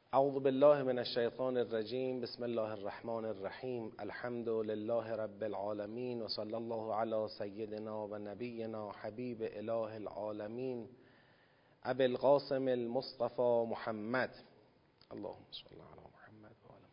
اعوذ بالله من الشیطان الرجیم. بسم الله الرحمن الرحیم. الحمد لله رب العالمین و صلی الله علی سیدنا و نبینا حبیب اله العالمین ابی القاسم المصطفى محمد. اللهم صل علی محمد و آل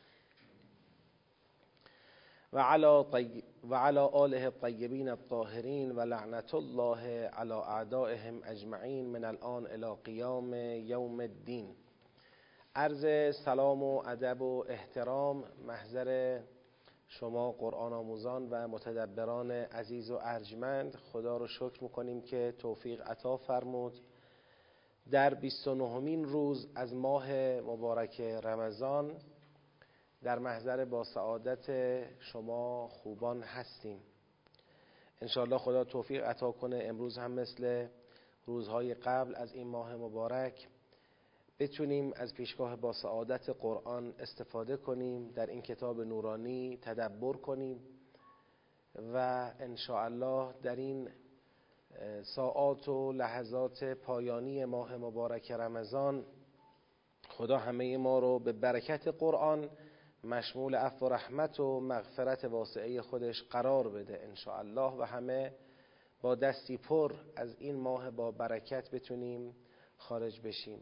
محمد و علی آله الطیبین الطاهرین و لعنت الله علی اعدائهم اجمعین من الان الی قیام یوم الدین. عرض سلام و ادب و احترام محضر شما قرآن آموزان و متدبران عزیز و ارجمند. خدا رو شکر میکنیم که توفیق عطا فرمود در 29مین روز از ماه مبارک رمضان در محضر با سعادت شما خوبان هستیم. انشاءالله خدا توفیق عطا کنه امروز هم مثل روزهای قبل از این ماه مبارک بتونیم از پیشگاه با سعادت قرآن استفاده کنیم، در این کتاب نورانی تدبر کنیم و انشاءالله در این ساعات و لحظات پایانی ماه مبارک رمضان خدا همه ما رو به برکت قرآن مشمول عفو و رحمت و مغفرت واسعه خودش قرار بده انشاءالله و همه با دستی پر از این ماه با برکت بتونیم خارج بشیم.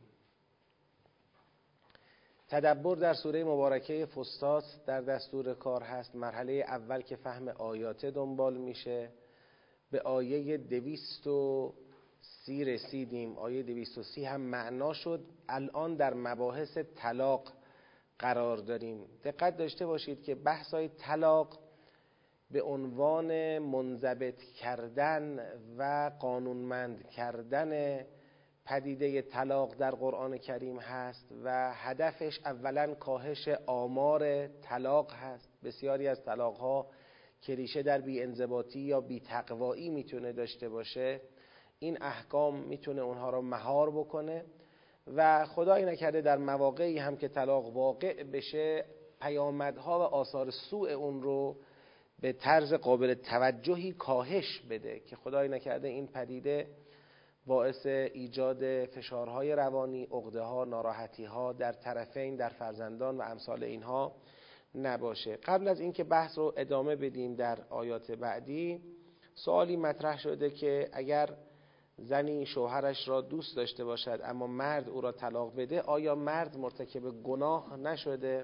تدبر در سوره مبارکه فستاد در دستور کار هست. مرحله اول که فهم آیات دنبال میشه، به آیه 230 رسیدیم. آیه 230 هم معنا شد. الان در مباحث طلاق قرار داریم. دقت داشته باشید که بحث‌های طلاق به عنوان منضبط کردن و قانونمند کردن پدیده طلاق در قرآن کریم هست و هدفش اولا کاهش آمار طلاق هست. بسیاری از طلاق‌ها که ریشه در بی‌انضباطی یا بی‌تقوایی میتونه داشته باشه، این احکام میتونه اونها رو مهار بکنه و خدایی نکرده در مواقعی هم که طلاق واقع بشه پیامدها و آثار سوء اون رو به طرز قابل توجهی کاهش بده که خدایی نکرده این پدیده باعث ایجاد فشارهای روانی، عقده‌ها، ناراحتی‌ها در طرفین، در فرزندان و امثال اینها نباشه. قبل از اینکه بحث رو ادامه بدیم در آیات بعدی، سوالی مطرح شده که اگر زنی شوهرش را دوست داشته باشد اما مرد او را طلاق بده، آیا مرد مرتکب گناه نشده؟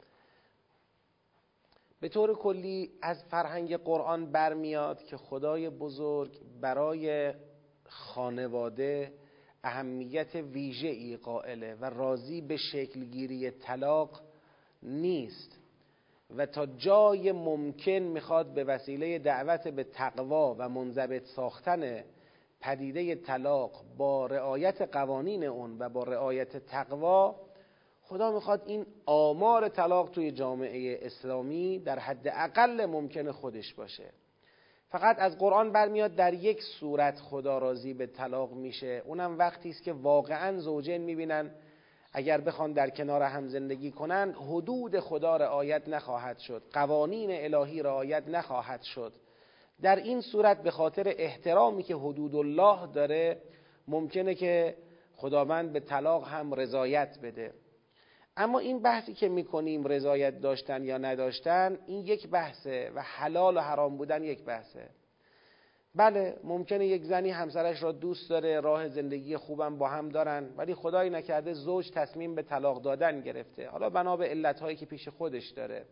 به طور کلی از فرهنگ قرآن برمیاد که خدای بزرگ برای خانواده اهمیت ویژه‌ای قائله و راضی به شکلگیری طلاق نیست و تا جای ممکن میخواد به وسیله دعوت به تقوا و منضبط ساختن پدیده طلاق با رعایت قوانین اون و با رعایت تقوا، خدا میخواد این آمار طلاق توی جامعه اسلامی در حد اقل ممکن خودش باشه. فقط از قرآن برمیاد در یک صورت خدا راضی به طلاق میشه، اونم وقتی است که واقعا زوجین میبینن اگر بخوان در کنار هم زندگی کنن حدود خدا رعایت نخواهد شد، قوانین الهی رعایت نخواهد شد. در این صورت به خاطر احترامی که حدود الله داره ممکنه که خداوند به طلاق هم رضایت بده. اما این بحثی که میکنیم رضایت داشتن یا نداشتن، این یک بحثه و حلال و حرام بودن یک بحثه. بله ممکنه یک زنی همسرش را دوست داره، راه زندگی خوبم با هم دارن، ولی خدایی نکرده زوج تصمیم به طلاق دادن گرفته، حالا بنا به علتهایی که پیش خودش داره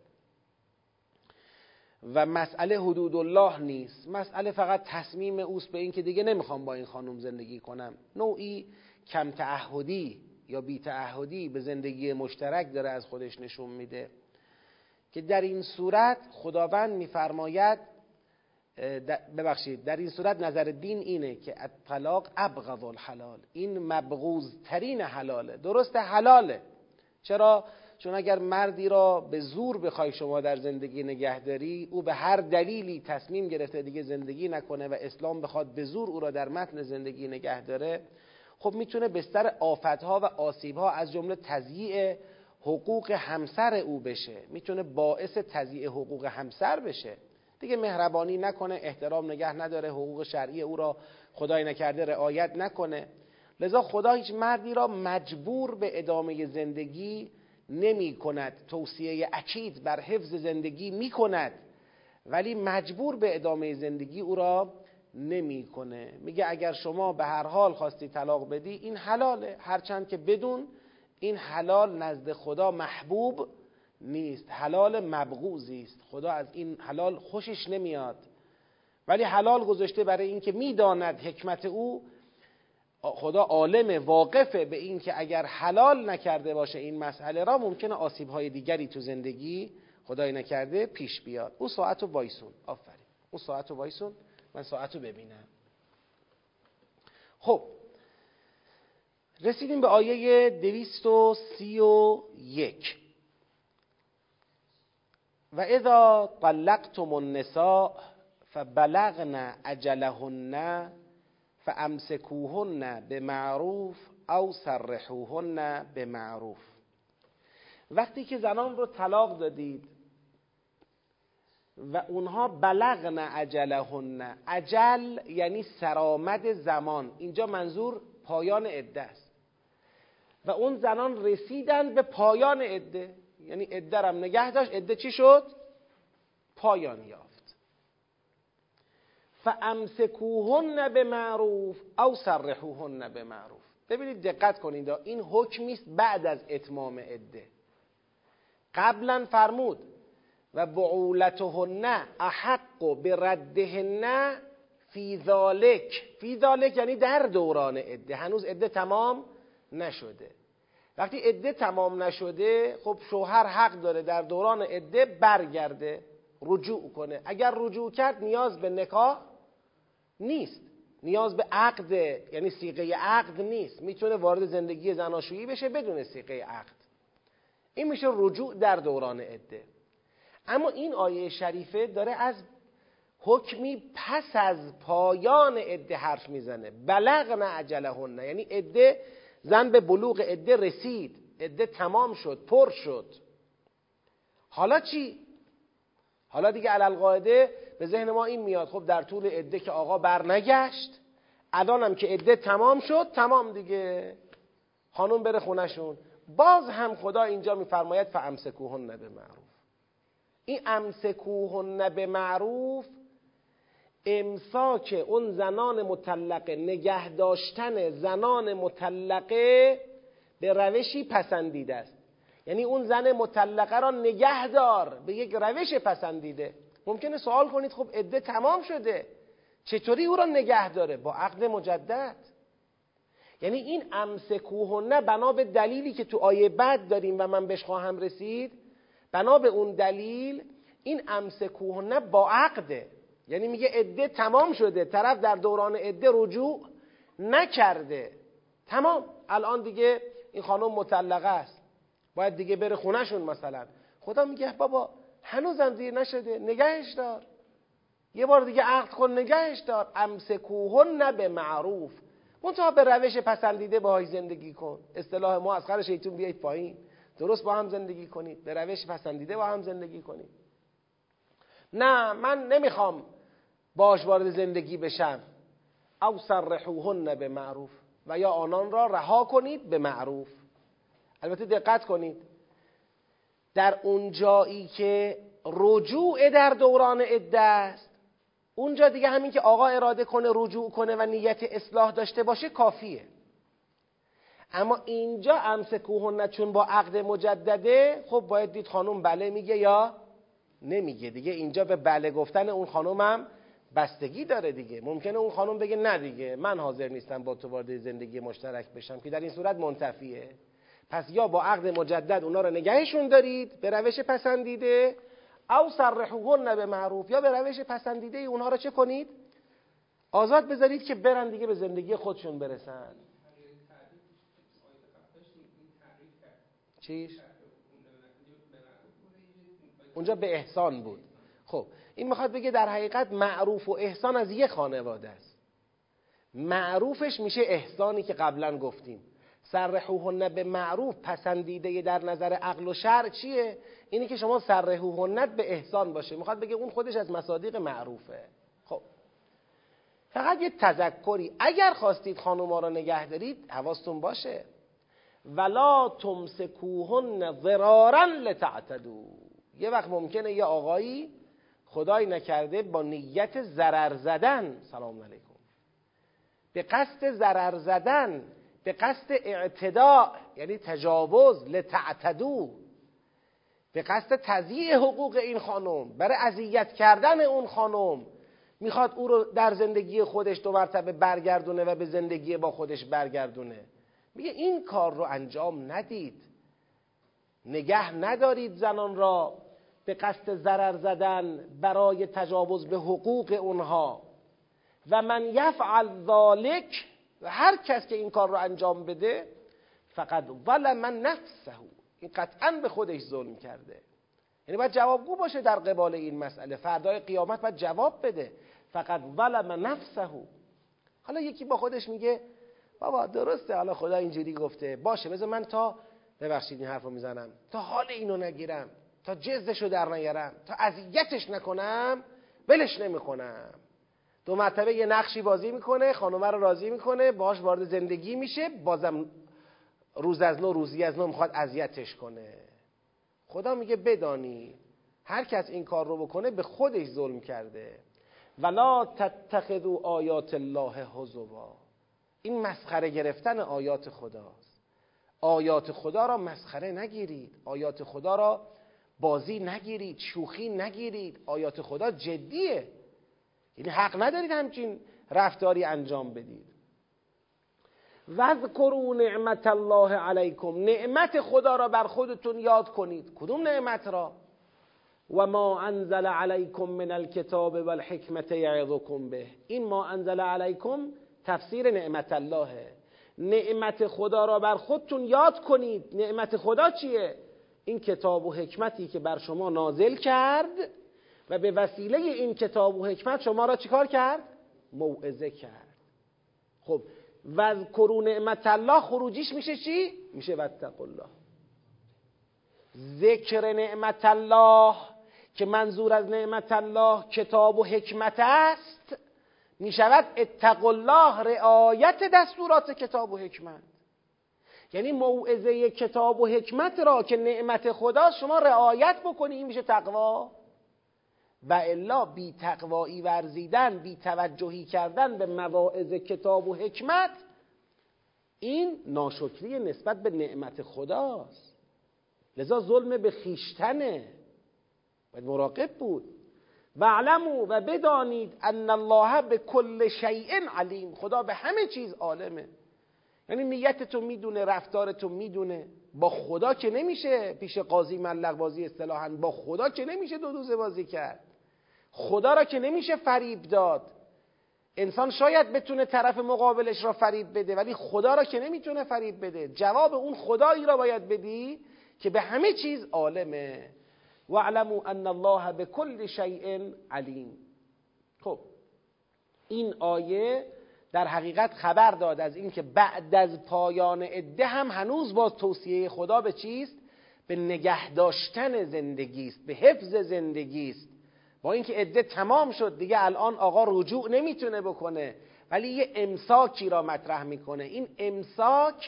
و مسئله حدود الله نیست، مسئله فقط تصمیم اوست به این که دیگه نمیخوام با این خانم زندگی کنم. نوعی کم تعهدی یا بی تعهدی به زندگی مشترک داره از خودش نشون میده که در این صورت خداوند میفرماید در این صورت نظر دین اینه که الطلاق ابغض الحلال، این مبغوض ترین حلاله. درسته حلاله، چرا؟ چون اگر مردی را به زور بخوای شما در زندگی نگهداری، او به هر دلیلی تصمیم گرفته دیگه زندگی نکنه و اسلام بخواد به زور او را در متن زندگی نگه داره، خب میتونه بستر آفتها و آسیبها از جمله تضییع حقوق همسر او بشه، میتونه باعث تضییع حقوق همسر بشه. دیگه مهربانی نکنه، احترام نگه نداره، حقوق شرعی او را خدای نکرده رعایت نکنه. لذا خدا هیچ مردی را مجبور به ادامه زندگی نمی کند. توصیه اکید بر حفظ زندگی می کند ولی مجبور به ادامه زندگی او را نمی کنه. میگه اگر شما به هر حال خواستی طلاق بدی این حلاله، هرچند که بدون این حلال نزد خدا محبوب نیست، حلال مبغوضی است، خدا از این حلال خوشش نمیاد، ولی حلال گذاشته برای اینکه میداند حکمت او. خدا عالم واقفه به این که اگر حلال نکرده باشه این مسئله را ممکنه آسیب‌های دیگری تو زندگی خدای نکرده پیش بیاد. اون ساعتو وایسون. آفرین، اون ساعتو وایسون، من ساعتو ببینم. خب رسیدیم به آیه 231. و اذا طلقتم النساء فبلغن اجلهن فامسکوهن بمعروف او سرحوهن بمعروف. وقتی که زنان رو طلاق دادید و اونها بلغن اجلهن، اجل یعنی سرآمد زمان، اینجا منظور پایان عده است، و اون زنان رسیدن به پایان عده، یعنی عده رم نگه داشت، عده چی شد؟ پایان یافت. فامسکوهن بمعروف او سرحوهن بمعروف. ببینید دقت کنید، این حکمی است بعد از اتمام عده. قبلا فرمود و بعولتهن احق بردهن فی ذالک. فی ذالک یعنی در دوران عده، هنوز عده تمام نشده. وقتی عده تمام نشده خب شوهر حق داره در دوران عده برگرده، رجوع کنه. اگر رجوع کرد نیاز به نکاح نیست، نیاز به عقد یعنی صیغه عقد نیست، میتونه وارد زندگی زناشویی بشه بدون صیغه عقد. این میشه رجوع در دوران عده. اما این آیه شریفه داره از حکمی پس از پایان عده حرف میزنه. بلغن اجلهن یعنی عده، زن به بلوغ عده رسید، عده تمام شد، پر شد. حالا چی؟ حالا دیگه علالقاعده به ذهن ما این میاد خب در طول عده که آقا برنگشت، الانم که عده تمام شد، تمام دیگه، خانوم بره خونشون. باز هم خدا اینجا میفرماید فامسکوهن بمعروف. این امسکوهن بمعروف امساک اون زنان مطلقه، نگه داشتن زنان مطلقه به روشی پسندیده است. یعنی اون زن مطلقه را نگه دار به یک روش پسندیده. ممکنه سوال کنید خب عده تمام شده چطوری او را نگه داره؟ با عقد مجدد. یعنی این امسکوهن بنا به دلیلی که تو آیه بعد داریم و من بهش خواهم رسید، بنا به اون دلیل این امسکوهن با عقده. یعنی میگه عده تمام شده، طرف در دوران عده رجوع نکرده، تمام، الان دیگه این خانم مطلقه است، باید دیگه بره خونهشون مثلا. خدا میگه بابا هنوزم دیر نشده، نگهش دار، یه بار دیگه عقد کن، نگهش دار. امسکوهن به معروف، منتها به روش پسندیده باهاش زندگی کن. اصطلاح ما از خر شیطون بیایید پایین، درست با هم زندگی کنید، به روش پسندیده با هم زندگی کنید. نه من نمیخوام باش وارد زندگی بشم. او سرحوهن به معروف، و یا آنان را رها کنید به معروف. البته دقت کنید، در اون جایی که رجوع در دوران عده است، اونجا دیگه همین که آقا اراده کنه رجوع کنه و نیت اصلاح داشته باشه کافیه. اما اینجا امسکوهن چون با عقد مجدده، خب باید دید خانم بله میگه یا نمیگه. دیگه اینجا به بله گفتن اون خانم هم بستگی داره دیگه. ممکنه اون خانم بگه نه دیگه من حاضر نیستم با تو وارد زندگی مشترک بشم، که در این صورت منتفیه. پس یا با عقد مجدد اونا رو نگهشون دارید به روش پسندیده، او سرحوهن به معروف، یا به روش پسندیده اونها رو چه کنید؟ آزاد بذارید که برن دیگه به زندگی خودشون برسن. چیش؟ اونجا به احسان بود. خب این میخواد بگه در حقیقت معروف و احسان از یک خانواده است. معروفش میشه احسانی که قبلا گفتیم. سرحوهن به معروف پسندیده در نظر عقل و شرع چیه؟ اینی که شما سرحوهن به احسان باشه. میخواد بگه اون خودش از مصادیق معروفه. خب فقط یه تذکری، اگر خواستید خانوما رو نگه دارید حواستون باشه ولا تمسکوهن ضرارا لتعتدوا. یه وقت ممکنه یه آقایی خدای نکرده با نیت ضرر زدن، سلام علیکم، به قصد ضرر زدن، به قصد اعتداء یعنی تجاوز، لتعتدوا، به قصد تضییع حقوق این خانم، برای اذیت کردن اون خانم میخواد او رو در زندگی خودش 2 مرتبه برگردونه و به زندگی با خودش برگردونه. میگه این کار رو انجام ندید، نگه ندارید زنان را به قصد ضرر زدن برای تجاوز به حقوق اونها. و من یفعل ذلک، و هر کس که این کار رو انجام بده، فقط ظلم نفسه، این قطعا به خودش ظلم کرده. یعنی باید جوابگو باشه در قبال این مسئله، فردای قیامت باید جواب بده. فقط ظلم نفسه. حالا یکی با خودش میگه بابا درسته، حالا خدا اینجوری گفته، باشه بذار من تا، ببخشید این حرفو میزنم، تا حال اینو نگیرم، تا جزشو در نیارم، تا اذیتش نکنم، ولش نمیکنم. 2 مرتبه یه نقشی بازی میکنه، خانومه رو راضی میکنه، باهاش وارد زندگی میشه، بازم روز از نو روزی از نو میخواد اذیتش کنه. خدا میگه بدانی هر کس این کار رو بکنه به خودش ظلم کرده. ولا تتخذوا آیات الله هزوا. این مسخره گرفتن آیات خداست. آیات خدا را مسخره نگیرید، آیات خدا را بازی نگیرید، شوخی نگیرید. آیات خدا جدیه، یعنی حق ندارید همچین رفتاری انجام بدید. واذکروا نعمت الله علیکم، نعمت خدا را بر خودتون یاد کنید. کدوم نعمت را؟ و ما انزل علیکم من الکتاب والحکمت یعظکم به. این ما انزل علیکم تفسیر نعمت الله. نعمت خدا را بر خودتون یاد کنید. نعمت خدا چیه؟ این کتاب و حکمتی که بر شما نازل کرد و به وسیله این کتاب و حکمت شما را چیکار کرد؟ موعظه کرد. خب واذکروا نعمت الله خروجیش میشه چی؟ میشه واتقوا الله. ذکر نعمت الله که منظور از نعمت الله کتاب و حکمت است، میشود اتقوا الله، رعایت دستورات کتاب و حکمت. یعنی موعظه کتاب و حکمت را که نعمت خداست شما رعایت بکنی، این میشه تقوا. و الا بی تقوایی ورزیدن، بی توجهی کردن به مواعظ کتاب و حکمت، این ناشکری نسبت به نعمت خداست. لذا ظلم به خویشتنه، باید مراقب بود. واعلموا، و بدانید، ان الله بكل شیء علیم، خدا به همه چیز عالمه. یعنی نیتتو میدونه، رفتارتو میدونه. با خدا که نمیشه پیش قاضی ملق بازی اصطلاحاً، با خدا که نمیشه دو دوزه بازی کرد، خدا را که نمیشه فریب داد. انسان شاید بتونه طرف مقابلش را فریب بده، ولی خدا را که نمیتونه فریب بده. جواب اون خدایی را باید بدی که به همه چیز عالمه. واعلموا ان الله بكل شیء علیم. خب این آیه در حقیقت خبر داد از این که بعد از پایان عده هم هنوز باز توصیه خدا به چیست؟ به نگه داشتن زندگی است، به حفظ زندگی است. با اینکه عده تمام شد دیگه، الان آقا رجوع نمیتونه بکنه، ولی یه امساکی را مطرح میکنه. این امساک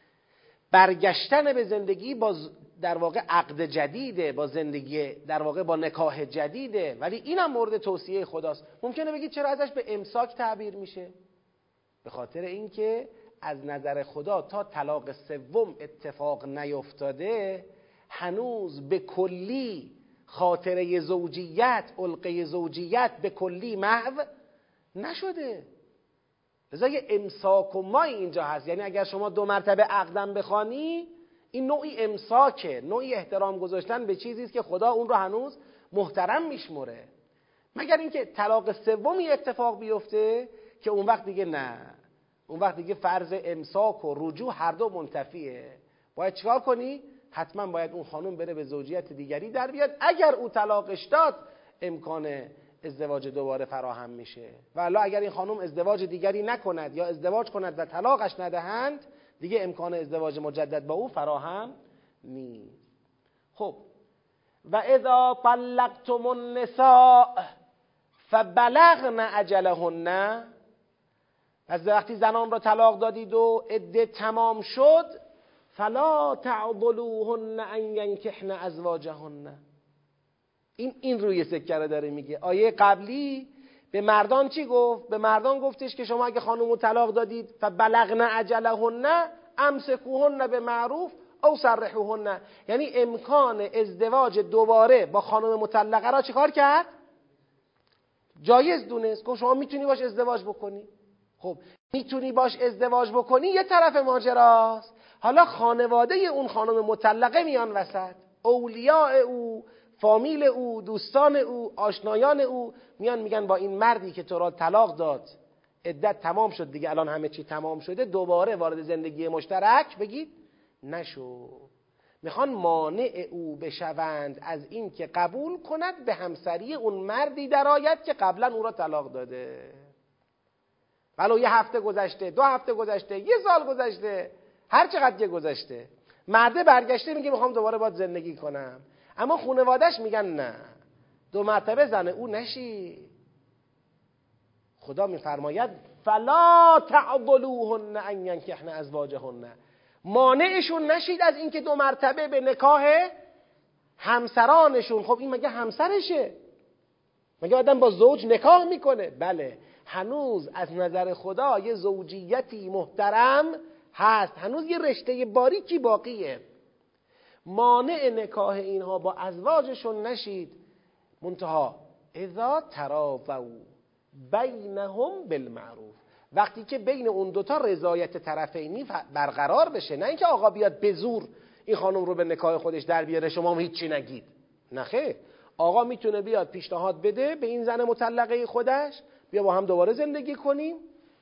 برگشتن به زندگی با در واقع عقد جدیده، با زندگی در واقع با نکاح جدیده، ولی اینم مورد توصیه خداست. ممکنه بگید چرا ازش به امساک تعبیر میشه؟ به خاطر اینکه از نظر خدا تا طلاق سوم اتفاق نیفتاده هنوز به کلی خاطره زوجیت، علقه زوجیت به کلی محو نشده. لذا یه امساک و مای اینجا هست. یعنی اگر شما 2 مرتبه عقدم بخوانی، این نوعی امساکه، نوعی احترام گذاشتن به چیزی است که خدا اون رو هنوز محترم میشمره. مگر اینکه طلاق سومی اتفاق بیفته که اون وقت دیگه نه، اون وقت دیگه فرض امساک و رجوع هر دو منتفیه. باید چیکار کنی؟ حتما باید اون خانم بره به زوجیت دیگری در بیاد. اگر او طلاقش داد امکان ازدواج دوباره فراهم میشه، و الا اگر این خانم ازدواج دیگری نکند یا ازدواج کند و طلاقش ندهند، دیگه امکان ازدواج مجدد با او فراهم نیست. خب و اذا طلقتم النساء فبلغن اجلهن، پس وقتی زنان را طلاق دادید و عده تمام شد، فلا تعضلوهن ان ینکحن ازواجهن. این روی سکه رو داره میگه. آیه قبلی به مردان چی گفت؟ به مردان گفتش که شما اگه خانومو طلاق دادید فبلغن اجلهن امسکوهن به معروف او سرحوهن، یعنی امکان ازدواج دوباره با خانم مطلقه را چیکار کرد؟ جایز دونست. گفت شما میتونی باش ازدواج بکنی. خب میتونی باش ازدواج بکنی یه طرف ماجراست، حالا خانواده اون خانم مطلقه میان وسط، اولیاء او، فامیل او، دوستان او، آشنایان او میان میگن با این مردی که تو را طلاق داد عدت تمام شد دیگه، الان همه چی تمام شده، دوباره وارد زندگی مشترک بگید نشو. میخوان مانع او بشوند از این که قبول کند به همسری اون مردی درآید که قبلا او را طلاق داده. ولو یه هفته گذشته، 2 هفته گذشته، 1 سال گذشته، هر چقدر که گذشته، مرده برگشته میگه میخوام دوباره باید زندگی کنم، اما خانواده‌اش میگن نه، 2 مرتبه زن او نشی. خدا میفرماید فلا تعضلوهن ان ینکحن ازواجهن، مانعشون نشید از اینکه 2 مرتبه به نکاح همسرانشون. خب این مگه همسرشه؟ مگه آدم با زوج نکاح میکنه؟ بله، هنوز از نظر خدا یه زوجیتی محترم هست، هنوز یه رشته باریکی باقیه. مانع نکاح اینها با ازواجشون نشید، منتها اذا تراضوا بینهم بالمعروف، وقتی که بین اون دوتا رضایت طرفینی برقرار بشه، نه اینکه آقا بیاد به زور این خانم رو به نکاح خودش در بیاره شما هم هیچی نگید. نه خیر، آقا میتونه بیاد پیشنهاد بده به این زن مطلقه خودش بیا با هم دوباره زندگی کنیم،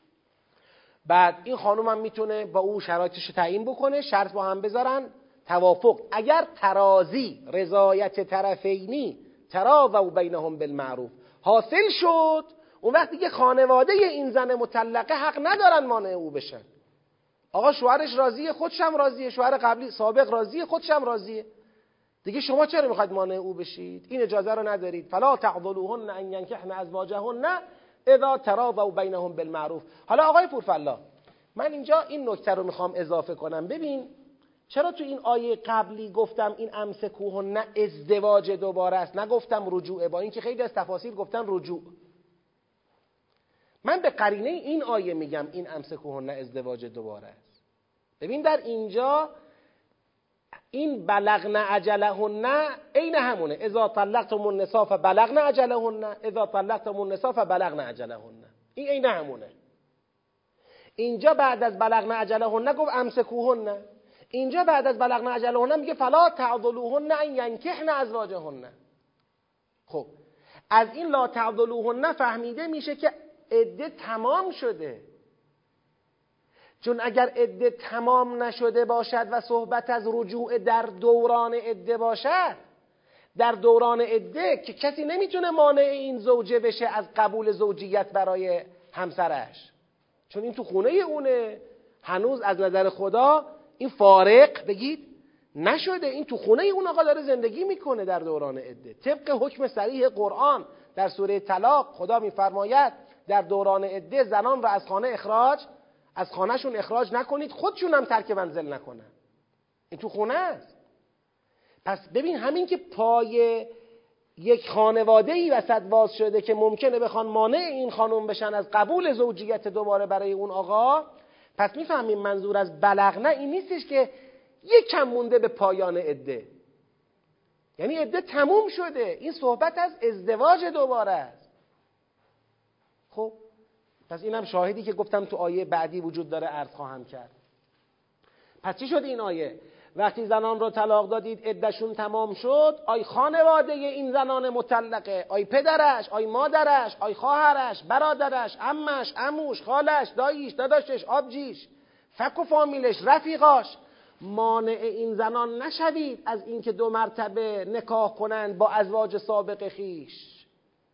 بعد این خانم هم میتونه با او شرایطش رو تعیین بکنه، شرط با هم بذارن، توافق. اگر ترازی رضایت طرفینی تراضوا بینهم بالمعروف حاصل شد، اون وقتی که خانواده این زن مطلقه حق ندارن مانع او بشن. آقا شوهرش راضیه، خودشم راضیه، شوهر قبلی سابق راضیه، خودشم راضیه، دیگه شما چرا میخواید مانع او بشید؟ این اجازه رو ندارید. فلا تعضلوهن ان ینکحن ازواجهن اذا تراضوا بینهم بالمعروف. حالا آقای پورفلا، من اینجا این نکته رو میخوام اضافه کنم. ببین چرا تو این آیه قبلی گفتم این امسکوهن ازدواج دوباره است، نگفتم رجوع، با اینکه خیلی از تفاسیر گفتن رجوع. من به قرینه این آیه میگم این امسکوهن ازدواج دوباره است. ببین در اینجا این بلغن اجلهن عین همونه، اذا طلقتم النساء فبلغن اجلهن اذا طلقتم النساء فبلغن اجلهن، این عین همونه. اینجا بعد از بلغن اجلهن گفت امسکوهن، اینجا بعد از بلغن اجلهن میگه فلا تعضلوهن ان ینکحن ازواجهن. خب از این لا تعضلوهن فهمیده میشه که عده تمام شده، چون اگر عده تمام نشده باشد و صحبت از رجوع در دوران عده باشد، در دوران عده که کسی نمیتونه مانع این زوجه بشه از قبول زوجیت برای همسرش، چون این تو خونه اونه، هنوز از نظر خدا این فارق بگید نشده، این تو خونه اون آقا داره زندگی میکنه در دوران عده. طبق حکم صریح قرآن در سوره طلاق خدا میفرماید در دوران عده زنان را از خانهشون اخراج نکنید، خودشون هم ترک منزل نکنن، این تو خونه است. پس ببین همین که پای یک خانواده‌ای وسط باز شده که ممکنه بخوان مانع این خانم بشن از قبول زوجیت دوباره برای اون آقا، پس میفهمیم منظور از بلغنه این نیستش که یک کم مونده به پایان عده، یعنی عده تموم شده، این صحبت از ازدواج دوباره است. خب پس اینم شاهدی که گفتم تو آیه بعدی وجود داره عرض خواهم کرد. پس چی شد این آیه؟ وقتی زنان رو طلاق دادید عدهشون تمام شد، آی خانواده این زنان مطلقه، آی پدرش، آی مادرش، آی خواهرش، برادرش، عمش، عموش، خالش، داییش، داداشش، آبجیش، فک و فامیلش، رفیقاش، مانع این زنان نشوید از اینکه 2 مرتبه نکاح کنند با ازواج سابق خیش.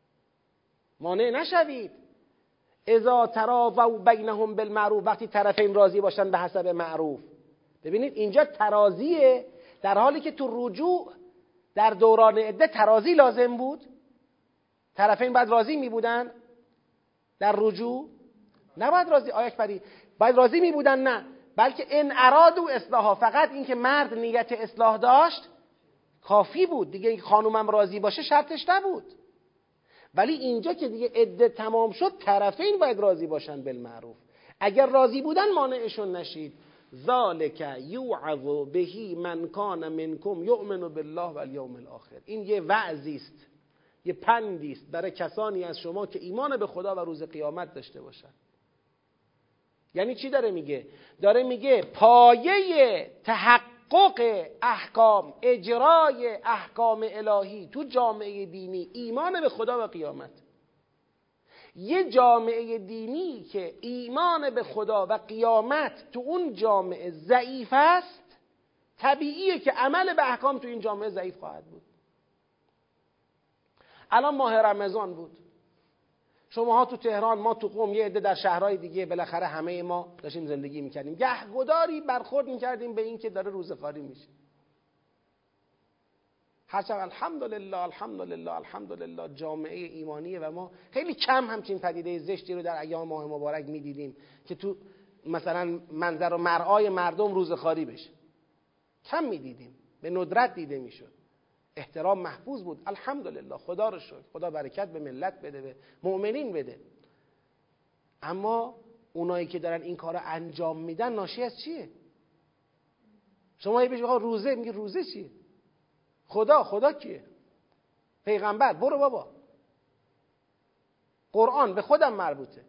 مانع نشوید. اذا تراضوا بینهم بالمعروف، وقتی طرفین راضی باشن به حسب معروف. ببینید اینجا ترازیه، در حالی که تو رجوع در دوران عده ترازی لازم بود، طرفین بعد راضی می بودن در رجوع. نباید راضی آیه اکبری باید راضی می بودن، نه، بلکه ان ارادوا اصلاحا، فقط این که مرد نیت اصلاح داشت کافی بود دیگه. این خانومم راضی باشه شرطش نبود. ولی اینجا که دیگه عده تمام شد طرفین باید راضی باشن بالمعروف. اگر راضی بودن مانعشون نشید. ذالک یوعظ به من کان منکم یؤمن بالله والیوم الاخر. این یه وعظی است، یه پندی است برای کسانی از شما که ایمان به خدا و روز قیامت داشته باشن. یعنی چی داره میگه؟ داره میگه پایه تحقق احکام، اجرای احکام الهی تو جامعه دینی ایمان به خدا و قیامت. یه جامعه دینی که ایمان به خدا و قیامت تو اون جامعه ضعیف است، طبیعیه که عمل به احکام تو این جامعه ضعیف خواهد بود. الان ماه رمضان بود، شماها تو تهران، ما تو قم، یه عده در شهرهای دیگه، بالاخره همه ما داشتیم زندگی میکردیم، گهگداری برخورد میکردیم به این که داره روزخواری میشه. هرچند الحمدلله الحمدلله الحمدلله جامعه ایمانیه و ما خیلی کم همچین پدیده زشتی رو در ایام ماه مبارک میدیدیم که تو مثلا منظر و مرعای مردم روزخواری بشه. کم میدیدیم، به ندرت دیده میشد. احترام محفوظ بود، الحمدلله، خدا رو شکر، خدا برکت به ملت بده، به مؤمنین بده. اما اونایی که دارن این کار رو انجام میدن ناشی از چیه؟ شما یه بهش بگید روزه، میگه روزه چیه؟ خدا کیه؟ پیغمبر، برو بابا، قرآن به خودم مربوطه.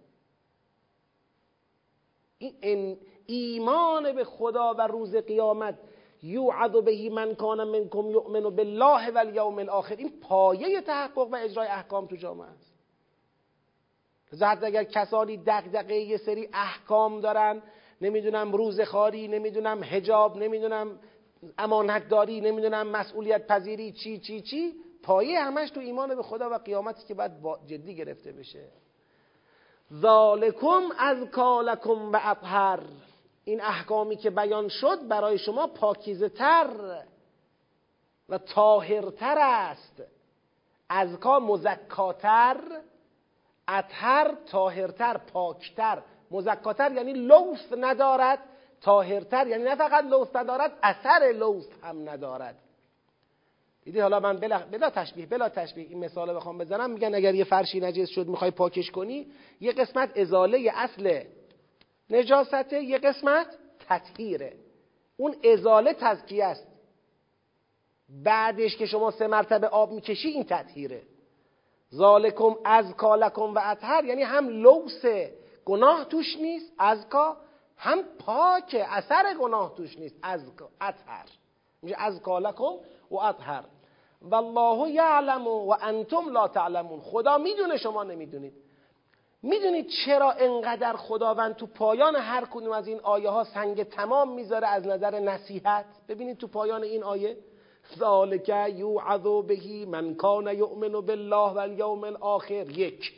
این ایمان به خدا و روز قیامت، یوعظ به من کان منکم یؤمن بالله والیوم الاخر، این پایه تحقق و اجرای احکام تو جامعه است. حتی اگر کسانی دغدغه یه سری احکام دارن، نمیدونم روزخواری، نمیدونم حجاب، نمیدونم امانتداری، نمیدونم مسئولیت پذیری، چی پایه همش تو ایمان به خدا و قیامتی که باید جدی گرفته بشه. ذالکم ازکی لکم و اطهر، این احکامی که بیان شد برای شما پاکیزه تر و طاهرتر است. ازکا مزکاتر، اطهر طاهرتر، پاکتر. مزکاتر یعنی لوث ندارد، طاهرتر یعنی نه فقط لوث ندارد، اثر لوث هم ندارد. دیدی حالا من بلا تشبیه این مثال بخوام بزنم، میگن اگر یه فرشی نجس شد میخوای پاکش کنی، یه قسمت ازاله اصل نجاسته، یه قسمت تطهیره. اون ازاله تزکیه است، بعدش که شما 3 مرتبه آب میکشی این تطهیره. ذالکم ازکی لکم و اطهر، یعنی هم لوث گناه توش نیست ازکا، هم پاک اثر گناه توش نیست ازکا اطهر، میشه ازکی لکم و اطهر. والله یعلم و انتم لا تعلمون، خدا میدونه شما نمیدونید. میدونید چرا انقدر خداوند تو پایان هر کدوم از این آیه ها سنگ تمام میذاره از نظر نصیحت؟ ببینید تو پایان این آیه ذالک یوعظ به من کان یؤمن بالله والیوم الاخر، 1.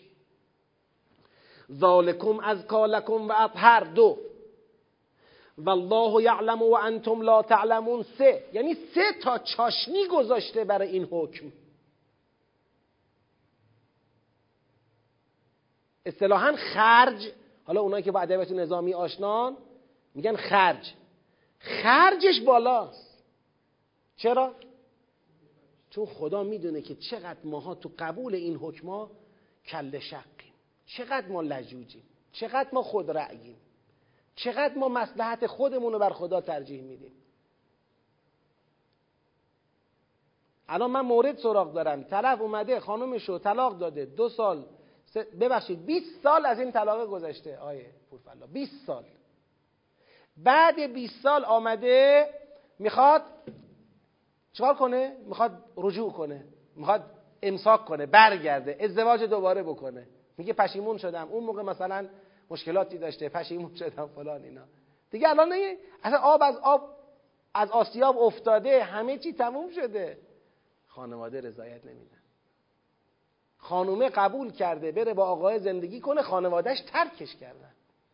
ذالکم ازکی لکم و اطهر، 2. والله یعلم و انتم لا تعلمون، 3. یعنی 3 تا چاشنی گذاشته برای این حکم. اصطلاحاً خرج، حالا اونایی که با ادبیات نظامی آشنان میگن خرجش بالاست. چرا؟ چون خدا میدونه که چقدر ماها تو قبول این حکما کله شقیم، چقدر ما لجوجیم، چقدر ما خود رأییم، چقدر ما مصلحت خودمون رو بر خدا ترجیح میدیم. الان من مورد سراغ دارم، طرف اومده خانومشو طلاق داده، 2 سال، 20 سال از این طلاق گذشته، آیه پورفلا 20 سال. بعد 20 سال آمده میخواد چیکار کنه؟ میخواد رجوع کنه، میخواد امساک کنه، برگرده، ازدواج دوباره بکنه. میگه پشیمون شدم، اون موقع مثلا مشکلاتی داشته، پشیمون شدم فلان اینا. دیگه الان نه، اصلا آب از آسیاب افتاده، همه چی تموم شده. خانواده رضایت نمیدن. خانومه قبول کرده بره با آقای زندگی کنه، خانوادهش ترکش کردن.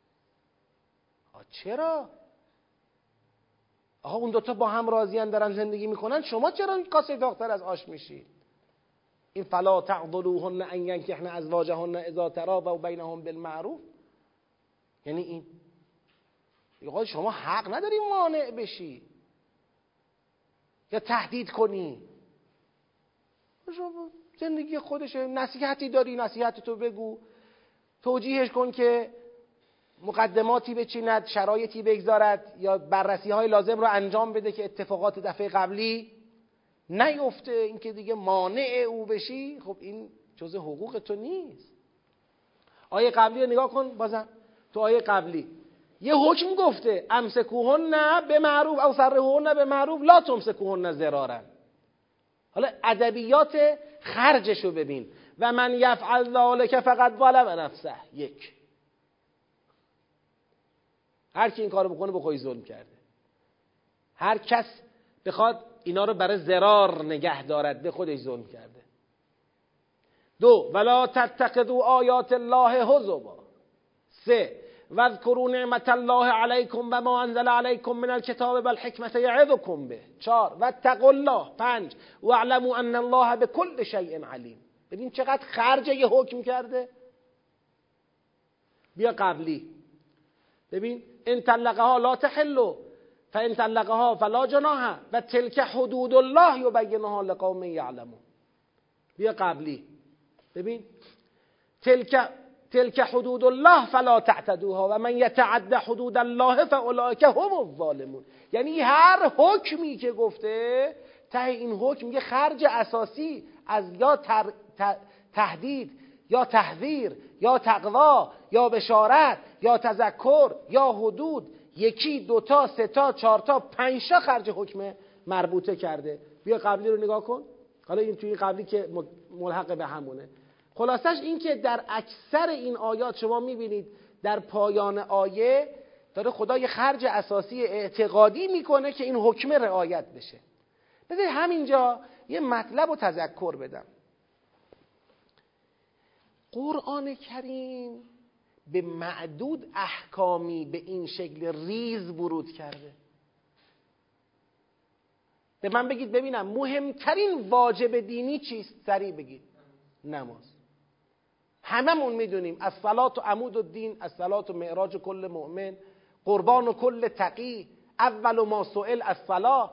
چرا؟ آقا اون 2 تا با هم راضیان دارن زندگی میکنن، شما چرا کاسه داغ‌تر از آش میشید؟ این فلا تعضلوهن ان ينكحن ازواجهن اذا تراضوا بینهم بالمعروف. یعنی این آقا شما حق نداری مانع بشی یا تهدید کنی. زندگی خودشه، نصیحتی داری نصیحتتو بگو، توجیهش کن که مقدماتی بچیند، شرایطی بگذارد یا بررسی های لازم رو انجام بده که اتفاقات دفعه قبلی نیفته. این که دیگه مانع او بشی، خب این جزء حقوق تو نیست. آیه قبلی رو نگاه کن، بازم تو آیه قبلی یه حکم گفته امسکوهن به معروف او سرحوهن به معروف لا تمسکوهن ضرارا. حالا ادبیات خرجشو ببین، و من یفعل ذلک فقد ظلم نفسه. یک، هر کی این کارو بکنه به خودش ظلم کرده. هر کس بخواد اینا رو برای ضرار نگه دارد به خودش ظلم کرده. دو، ولا تتخذوا آیات الله هزوا. سه، واذکروا نعمت الله علیکم و ما انزل علیکم من الکتاب والحکمة یعظکم به. چهار، واتقوا الله. پنج، واعلموا ان الله بكل شیء علیم. ببین چقدر خرج یه حکم کرده. بیا قبلی ببین، ان طلقها لا تحل فان طلقها فلا جناح و تلک حدود الله یبینها لقوم یعلمون. بیا قبلی ببین، تلک حدود الله فلا تعتدوها و من یتعد حدود الله فاولئک هم الظالمون. یعنی هر حکمی که گفته ته این حکم یه خرج اساسی از یا تهدید یا تحذیر یا تقوا یا بشارت یا تذکر یا حدود، یکی، دوتا، سه تا، چهار تا، پنج تا خرج حکم مربوطه کرده. بیا قبلی رو نگاه کن. حالا این توی قبلی که ملحق به همونه. خلاصش این که در اکثر این آیات شما میبینید در پایان آیه داره خدا یه خرج اساسی اعتقادی میکنه که این حکم رعایت بشه. بذارید همینجا یه مطلب رو تذکر بدم. قرآن کریم به معدود احکامی به این شکل ریز ورود کرده. به من بگید ببینم مهمترین واجب دینی چیست؟ سریع بگید. نماز. هممون میدونیم الصلاة عمود الدین، الصلاة معراج کل مؤمن، قربان کل تقی، اول ما سئل الصلاة.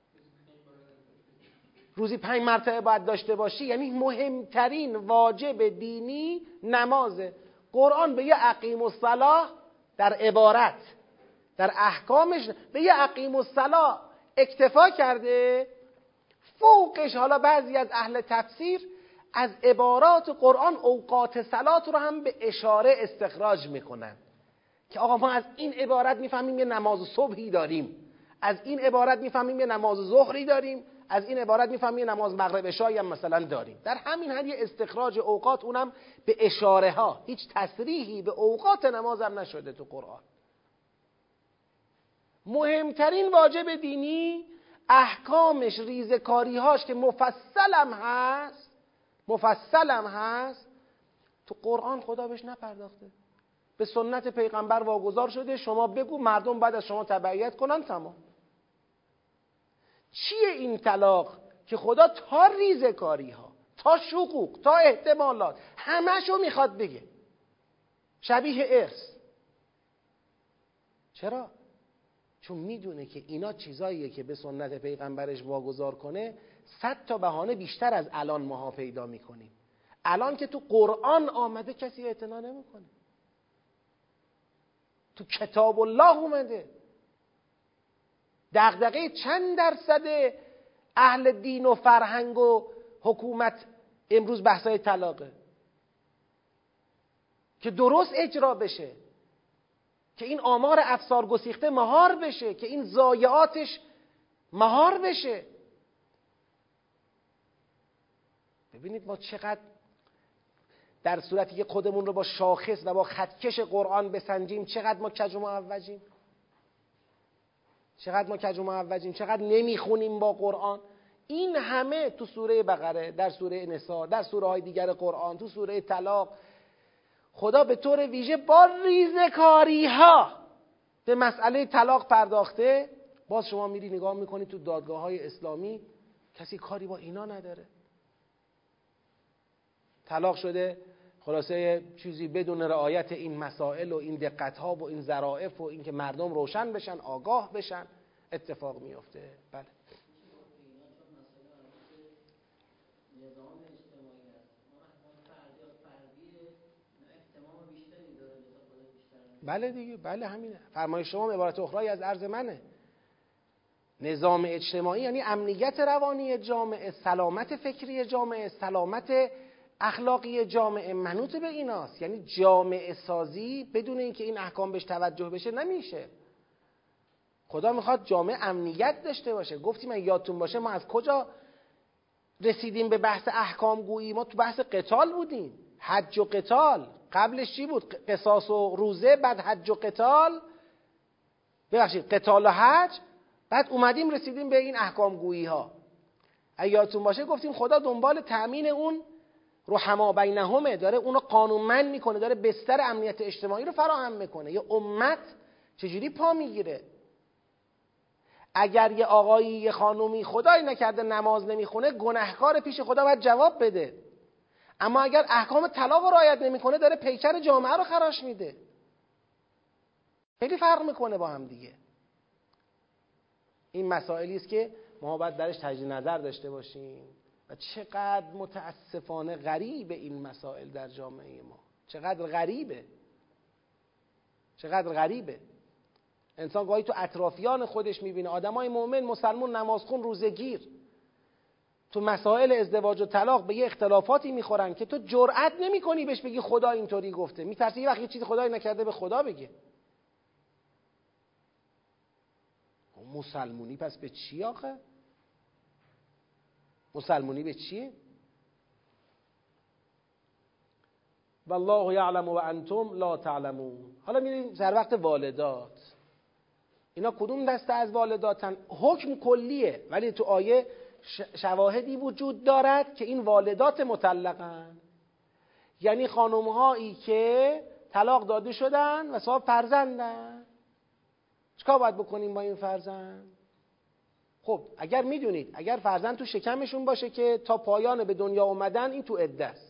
روزی 5 مرتبه باید داشته باشی. یعنی مهمترین واجب دینی نمازه. قرآن به یه اقیم الصلاة در عبارت، در احکامش به یه اقیم الصلاة اکتفا کرده. فوقش حالا بعضی از اهل تفسیر از عبارات قرآن اوقات صلات رو هم به اشاره استخراج میکنن که آقا ما از این عبارت میفهمیم یه نماز صبحی داریم، از این عبارت میفهمیم یه نماز ظهری داریم، از این عبارت میفهمیم یه نماز مغرب عشایی هم مثلا داریم. در همین حد یه استخراج اوقات، اونم به اشاره ها، هیچ تصریحی به اوقات نماز هم نشده تو قرآن. مهمترین واجب دینی احکامش، ریزکاریهاش که مفصلم هست تو قرآن خدا بهش نپرداخته. به سنت پیغمبر واگذار شده. شما بگو مردم بعد از شما تبعیت کنن، تمام. چیه این طلاق که خدا تا ریزکاری ها، تا شقوق، تا احتمالات همشو میخواد بگه، شبیه ارث. چرا؟ چون میدونه که اینا چیزاییه که به سنت پیغمبرش واگذار کنه 100 تا بهانه بیشتر از الان ماها پیدا میکنیم. الان که تو قرآن آمده کسی اعتنا نمیکنه، تو کتاب الله اومده. دغدغه چند درصد اهل دین و فرهنگ و حکومت امروز بحثای طلاقه که درست اجرا بشه، که این آمار افسار گسیخته مهار بشه، که این ضایعاتش مهار بشه. ببینید ما چقدر در صورتی که خودمون رو با شاخص و با خطکش قرآن بسنجیم چقدر ما کج و معوجیم، چقدر نمیخونیم با قرآن. این همه تو سوره بقره، در سوره نساء، در سوره های دیگر قرآن، تو سوره طلاق، خدا به طور ویژه با ریزکاری ها به مسئله طلاق پرداخته. باز شما میری نگاه میکنی تو دادگاه های اسلامی کسی کاری با اینا نداره. طلاق شده، خلاصه چیزی بدون رعایت این مسائل و این دقت‌ها و این ظرافت و این که مردم روشن بشن، آگاه بشن، اتفاق میفته. بله. بله دیگه، بله همینه. فرمایش شما عبارت اخرى از عرض منه. نظام اجتماعی یعنی امنیت روانی جامعه، سلامت فکری جامعه، سلامت اخلاقی جامعه منوط به ایناست. یعنی جامعه سازی بدون اینکه این احکام بهش توجه بشه نمیشه. خدا میخواد جامعه امنیت داشته باشه. گفتیم من یادتون باشه ما از کجا رسیدیم به بحث احکام گویی؟ ما تو بحث قتال بودیم، حج و قتال. قبلش چی بود؟ قصاص و روزه، بعد حج و قتال، ببخشید قتال و حج، بعد اومدیم رسیدیم به این احکام گویی ها. یادتون باشه گفتیم خدا دنبال تأمین اون رحما بینهمه، داره اونو قانونمند میکنه، داره بستر امنیت اجتماعی رو فراهم میکنه. یه امت چجوری پا میگیره؟ اگر یه آقایی یه خانومی خدایی نکرده نماز نمیخونه، گناهکار پیش خدا باید جواب بده. اما اگر احکام طلاق رو رعایت نمیکنه، داره پیکر جامعه رو خراش میده. خیلی فرق میکنه با هم دیگه. این مسائلی است که ما باید درش تجدید نظر داشته باشیم. و چقدر متاسفانه غریبه این مسائل در جامعه ما. چقدر غریبه. چقدر غریبه. انسان گاهی تو اطرافیان خودش میبینه آدمای مؤمن، مسلمون، نمازخون، روزه‌گیر، تو مسائل ازدواج و طلاق به یه اختلافاتی میخورن که تو جرئت نمیکنی بهش بگی خدا اینطوری گفته. میترسی یه وقت یه چیزی خدایی نکرده به خدا بگه. مسلمونی پس به چی آخه؟ مسلمونی به چیه؟ والله یعلم و انتم لا تعلمون. حالا میریم در وقت والدات. اینا کدوم دسته از والداتن؟ حکم کلیه، ولی تو آیه شواهدی وجود دارد که این والدات مطلقن. یعنی خانم‌هایی که طلاق داده شدن و صاحب فرزندن. چیکار باید بکنیم با این فرزند؟ خب اگر میدونید اگر فرزند تو شکمشون باشه که تا پایان به دنیا اومدن، این تو عده است.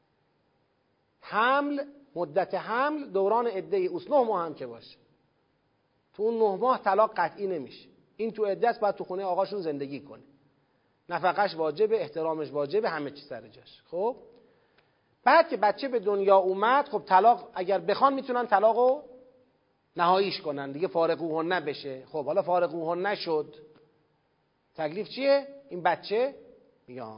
حمل، مدت حمل، دوران عده اوست، 9 ماه هم که باشه، تو اون 9 ماه طلاق قطعی نمیشه. این تو عده است، باید تو خونه آقاشون زندگی کنه، نفقش واجبه، احترامش واجبه، همه چی سر جاش. خب بعد که بچه به دنیا اومد، خب طلاق اگر بخوان میتونن طلاقو نهاییش کنن دیگه، فارقوهن بشه. خب حالا فارقوهن شد، تکلیف چیه؟ این بچه یا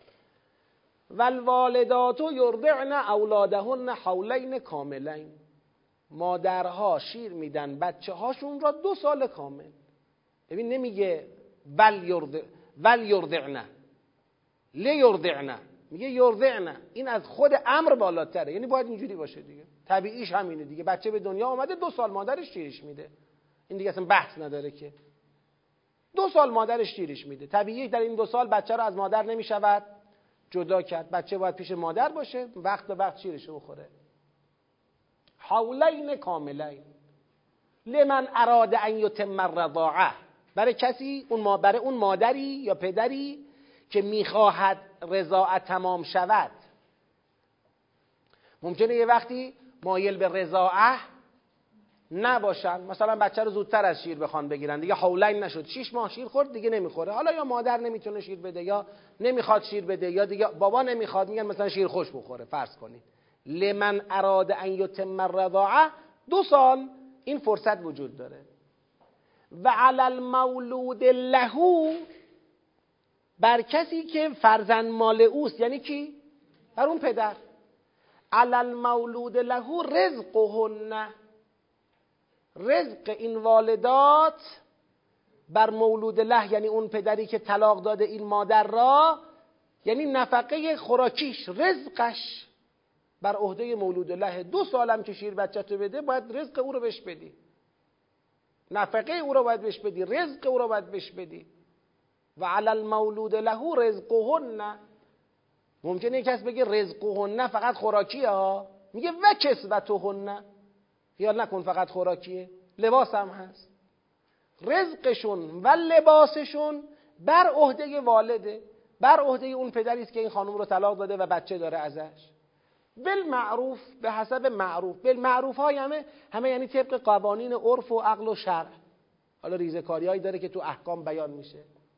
والوالدات یرضعن اولادهن حولین کاملین. مادرها شیر میدن بچه هاشون را 2 سال کامل. ببین نمیگه ول یرضعن لیرضعن، میگه یرضعن. این از خود امر بالاتره، یعنی باید اینجوری باشه دیگه، طبیعیش همینه دیگه. بچه به دنیا آمده 2 سال مادرش شیرش میده، این دیگه اصلا بحث نداره که 2 سال مادرش شیرش میده. طبیعی در این 2 سال بچه رو از مادر نمیشود جدا کرد، بچه باید پیش مادر باشه، وقت به وقت شیرشو بخوره. حولین کاملین لمن اراد ان یتم الرضاعه، برای کسی برای اون مادری یا پدری که میخواهد رضاعت تمام شود. ممکنه یه وقتی مایل به رضاعت نباشن، مثلا بچه رو زودتر از شیر بخوان بگیرن، دیگه حولین نشد، 6 ماه شیر خورد دیگه نمیخوره. حالا یا مادر نمیتونه شیر بده یا نمیخواد شیر بده یا دیگه بابا نمیخواد، میگن مثلا شیر خوش بخوره. فرض کنید لمن اراد ان یتم الرضاعه 2 سال این فرصت وجود داره. و علی المولود له، بر کسی که فرزند مال اوست، یعنی کی؟ بر اون پدر. علی المولود له رزقهن، رزق این والدات بر مولود له، یعنی اون پدری که طلاق داده این مادر را، یعنی نفقه خوراکیش، رزقش بر عهده مولود له. 2 سالم که شیر بچه‌تو بده، باید رزق او رو بهش بدی، نفقه او رو باید بهش بدی، رزق او رو باید بهش بدی. و علی المولود له رزقهن. ممکنه یک کس بگه رزقهن فقط خوراکیه ها، میگه و کسوتهن، خیال نکن فقط خوراکیه، لباس هم هست. رزقشون و لباسشون بر عهده والده، بر عهده اون پدری است که این خانم رو طلاق داده و بچه داره ازش. بالمعروف، به حسب معروف. بالمعروف های همه یعنی طبق قوانین عرف و عقل و شرع. حالا ریزه‌کاریایی داره که تو احکام بیان میشه،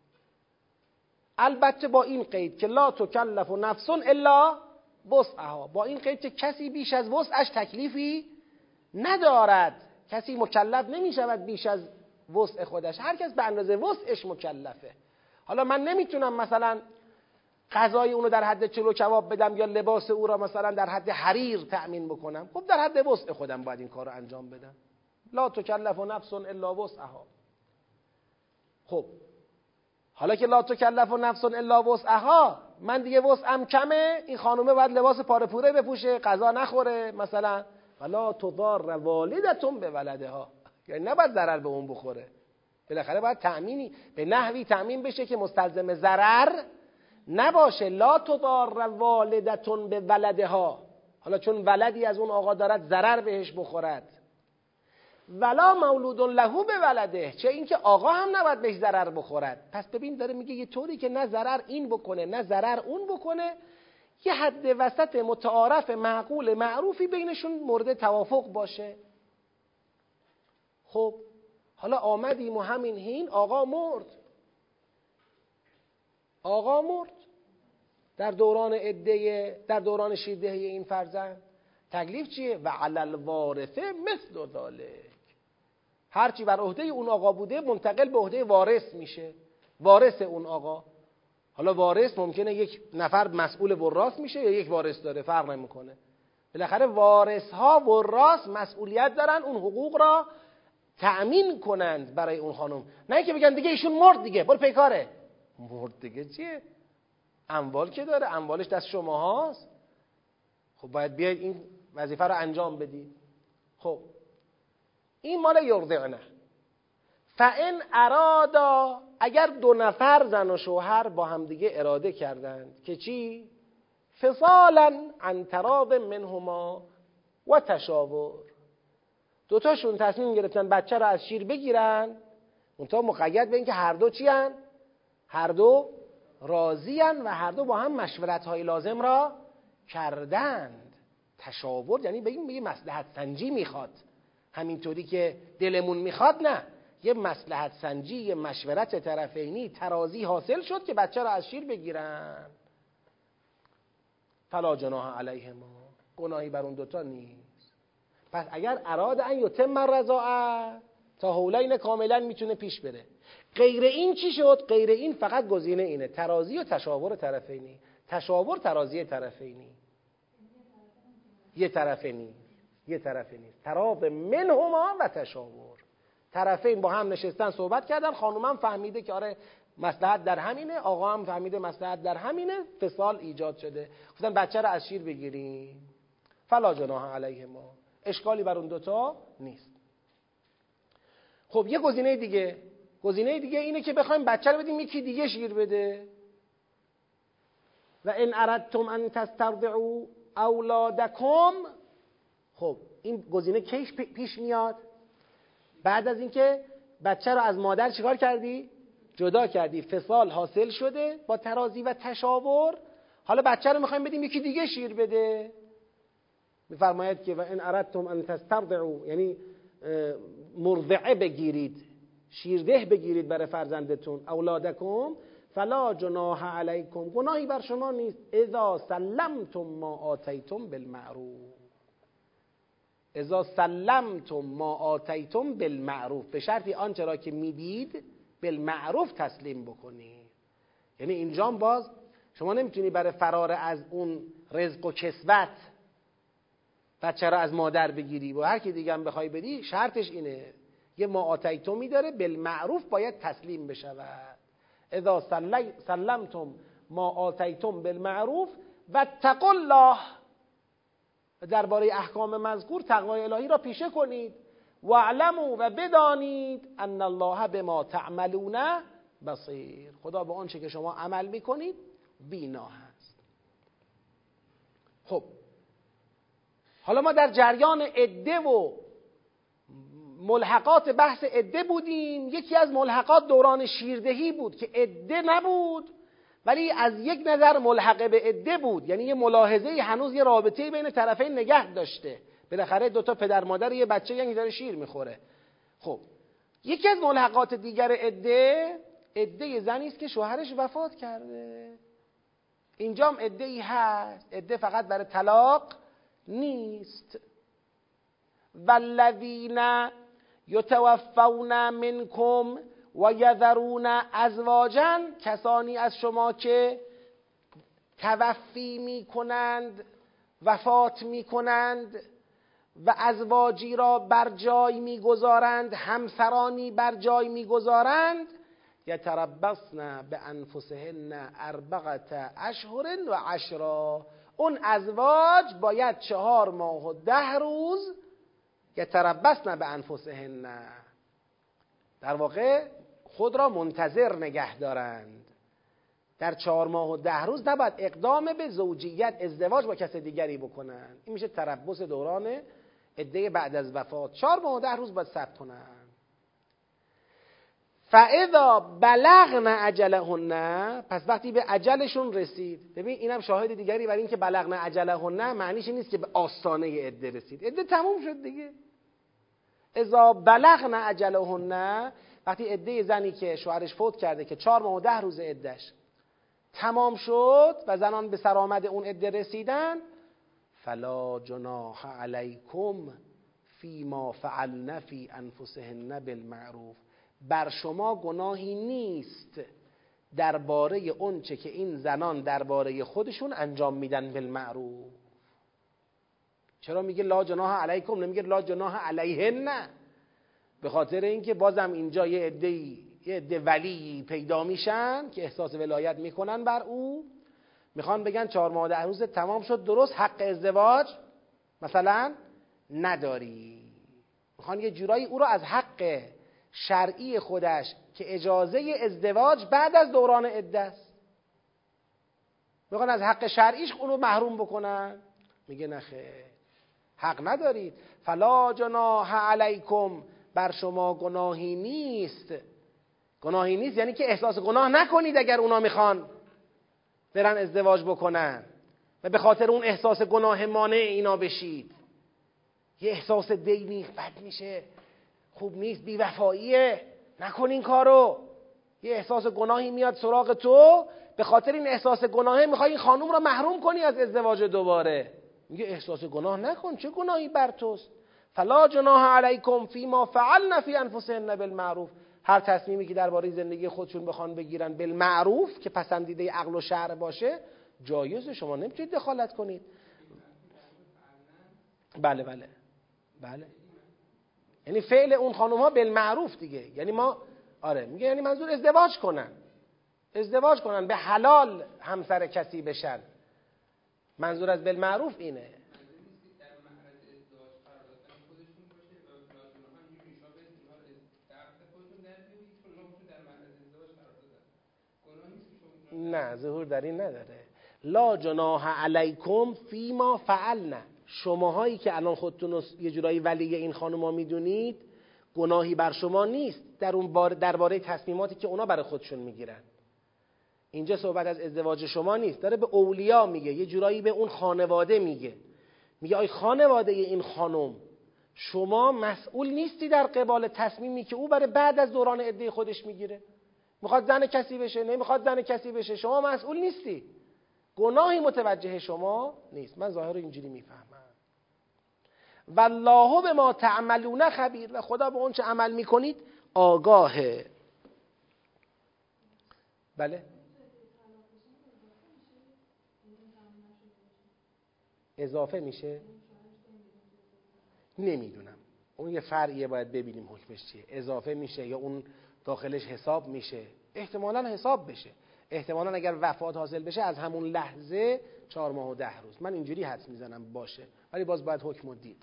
البته با این قید که لا تکلف نفس الا وسعها، با این قید که کسی بیش از وسعش تکلیفی ندارد، کسی مکلف نمیشود بیش از وسع خودش، هر کس به اندازه وسعش مکلفه. حالا من نمیتونم مثلا غذای اونو در حد چلو کباب بدم یا لباس او را مثلا در حد حریر تأمین بکنم، خب در حد وسع خودم باید این کار رو انجام بدم. لا تکلف نفس الا وسعها. خب حالا که لا تکلف نفس الا وسعها، من دیگه وسعم کمه، این خانومه باید لباس پاره پوره بپوشه، غذا نخوره مثلا، ولا تضار والدتون به ولدها، یعنی نباید ضرر به اون بخوره، بالاخره باید تأمینی به نحوی تأمین بشه که مستلزم ضرر نباشه. لا تضار والدتون به ولدها، حالا چون ولدی از اون آقا دارد ضرر بهش بخورد، ولا مولود له به ولده، چه اینکه آقا هم نباید بهش ضرر بخورد. پس ببین داره میگه یه طوری که نه ضرر این بکنه نه ضرر اون بکنه، یه حد وسط متعارف معقول معروفی بینشون مورد توافق باشه. خب حالا آمدیم و همین حین آقا مرد، آقا مرد در دوران عده، در دوران شیردهی این فرزند، تکلیف چیه؟ و علی الوارث مثل ذلک، هرچی بر عهده اون آقا بوده منتقل به عهده وارث میشه، وارث اون آقا. حالا وارث ممکنه یک نفر مسئول وراث میشه یا یک وارث داره، فرق نمیکنه. بالاخره وارث ها وراث مسئولیت دارن اون حقوق را تأمین کنند برای اون خانم، نه اینکه بگن دیگه ایشون مرد دیگه برو پیکاره. مرد دیگه چیه؟ اموال که داره، اموالش دست شما هاست، خب باید بیاید این وظیفه رو انجام بدید. خب این مال یرضعنه. فان ارادا، اگر دو نفر زن و شوهر با هم دیگه اراده کردند که چی؟ فصالا عن تراض منهما و تشاور، دوتاشون تصمیم گرفتن بچه رو از شیر بگیرن، منتها مقید به این که هر دو چی هن؟ هر دو راضی هن و هر دو با هم مشورت های لازم را کردند. تشاور یعنی به این مصلحت سنجی میخواد، همینطوری که دلمون میخواد، نه، یه مصلحت سنجی، یه مشورت طرفینی، ترازی حاصل شد که بچه را از شیر بگیرن. فلا جناح علیهما، گناهی بر اون دوتا نیست. پس اگر اراد ان یتم الرضاعه تا حولین کاملا میتونه پیش بره. غیر این چی شد؟ غیر این فقط گزینه اینه، ترازی و تشاور طرفینی. تشاور ترازی طرفینی، یه طرفه نیست، یه طرفه نیست. تراض منهما و تشاور، طرفین با هم نشستن صحبت کردن، خانومم فهمیده که آره مصلحت در همینه، آقا هم فهمیده مصلحت در همینه، فصال ایجاد شده، گفتن بچه رو از شیر بگیریم. فلا جناح علیهما، اشکالی بر اون دوتا نیست. خب یه گزینه دیگه، گزینه دیگه اینه که بخوایم بچه رو بدیم یکی دیگه شیر بده. و ان اردتم ان تسترضعوا اولادکم، خب این گزینه کیش پیش میاد؟ بعد از اینکه بچه رو از مادر چیکار کردی؟ جدا کردی، فصال حاصل شده با ترازی و تشاور، حالا بچه رو میخوایم بدیم یکی دیگه شیر بده. میفرماید که و ان اردتم ان تسترضعوا، یعنی مرضعه بگیرید، شیرده بگیرید برای فرزندتون، اولادکم فلا جناح علیکم، گناهی بر شما نیست، اذا سلمتم ما آتیتم بالمعروف، اذا سلمتم ما آتیتم بالمعروف، به شرطی آنچه را که میدید بالمعروف تسلیم بکنید. یعنی اینجا باز شما نمیتونی برای فرار از اون رزق و کسوت بچه را از مادر بگیری و هر کی دیگه هم بخوای بدی، شرطش اینه یه ما آتیتمی داره، بالمعروف باید تسلیم بشود. اذا سلمتم ما آتیتم بالمعروف و اتقوا الله، درباره احکام مذکور تقوای الهی را پیشه کنید. واعلموا، و بدانید، ان الله بما تعملون بصیر، خدا به آنچه که شما عمل میکنید بینا هست. خب حالا ما در جریان عده و ملحقات بحث عده بودیم. یکی از ملحقات دوران شیردهی بود که عده نبود ولی از یک نظر ملحق به عده بود، یعنی یه ملاحظه هنوز یه رابطه بین طرفین نگه داشته. بالاخره دوتا پدر مادر یه بچه یعنی داره شیر میخوره. خب یکی از ملحقات دیگر عده زنی است که شوهرش وفات کرده. اینجام عده‌ای هست، عده فقط برای طلاق نیست. والذین یتوفون منکم و یذرون ازواجا، کسانی از شما که توفی میکنند، وفات میکنند و ازواجی را بر جای میگذارند، همسرانی بر جای میگذارند، یتربصن بانفسهن 4 اشهر و 10. اون ازواج باید 4 ماه و 10 روز یتربصن بانفسهن، در واقع خود را منتظر نگه دارند. در 4 ماه و 10 روز نباید اقدام به زوجیت، ازدواج با کس دیگری بکنند. این میشه تربص دوران عده بعد از وفات. 4 ماه و 10 روز باید صبر کنند. فاذا بلغن اجلهن، پس وقتی به اجلشون رسید. ببین اینم شاهد دیگری برای این که بلغن اجلهن معنیش نیست که به آستانه عده رسید، عده تموم شد دیگه. اذا بلغن اجلهن، وقتی عده زنی که شوهرش فوت کرده که 4 ماه و 10 روز عدهش تمام شد و زنان به سرآمد اون عده رسیدن، فلا جناح علیکم فیما فعلن فی انفسهن بالمعروف، بر شما گناهی نیست درباره اون چه که این زنان درباره خودشون انجام میدن بالمعروف. چرا میگه لا جناح علیکم، نمیگه لا جناح علیهن؟ به خاطر اینکه بازم اینجا یه عده ولی پیدا میشن که احساس ولایت میکنن بر او، میخوان بگن 4 ماه 10 روز تمام شد، درست حق ازدواج مثلا نداری. میخوان یه جورایی او رو از حق شرعی خودش که اجازه ازدواج بعد از دوران عده است، میخوان از حق شرعیش اونو محروم بکنن. میگه نخیر، حق ندارید. فلا جناح علیکم، بر شما گناهی نیست. گناهی نیست یعنی که احساس گناه نکنید اگر اونا میخوان برن ازدواج بکنن و به خاطر اون احساس گناه مانع اینا بشید. یه احساس دینی بد میشه، خوب نیست، بی‌وفاییه، نکن این کارو. یه احساس گناهی میاد سراغ تو، به خاطر این احساس گناهه میخوای این خانوم رو محروم کنی از ازدواج دوباره. میگه احساس گناه نکن، چه گناهی بر توست؟ فلا جناح علیکم فیما فعلن فی انفسهن بالمعروف، هر تصمیمی که درباره زندگی خودشون بخوان بگیرن بالمعروف که پسندیده عقل و شرع باشه جایزه، شما نمیتونید دخالت کنید. بله بله بله، یعنی فعل اون خانوم ها بالمعروف دیگه، یعنی ما میگه یعنی منظور ازدواج کنن به حلال همسر کسی بشن، منظور از بالمعروف اینه. نه ظهور در این نداره. لا جناح علیکم فیما فعلن، شماهایی که الان خودتون رو یه جورایی ولی این خانوما میدونید، گناهی بر شما نیست در اون درباره تصمیماتی که اونا برای خودشون میگیرن. اینجا صحبت از ازدواج شما نیست، داره به اولیا میگه، یه جورایی به اون خانواده میگه آی خانواده این خانم، شما مسئول نیستی در قبال تصمیمی که او برای بعد از دوران عده خودش میگیره. میخواد زن کسی بشه، نمیخواد زن کسی بشه، شما مسئول نیستی، گناهی متوجه شما نیست. من ظاهر رو اینجوری میفهمم. والله بما تعملون خبیر، و خدا به اون چه عمل میکنید آگاهه. بله اضافه میشه؟ نمیدونم، اون یه فرعیه، باید ببینیم حکمش چیه. اضافه میشه یا اون داخلش حساب میشه؟ احتمالاً حساب بشه، احتمالاً اگر وفات حاصل بشه از همون لحظه 4 ماه و 10 روز. من اینجوری حدس میزنم باشه، ولی باز باید حکم دید.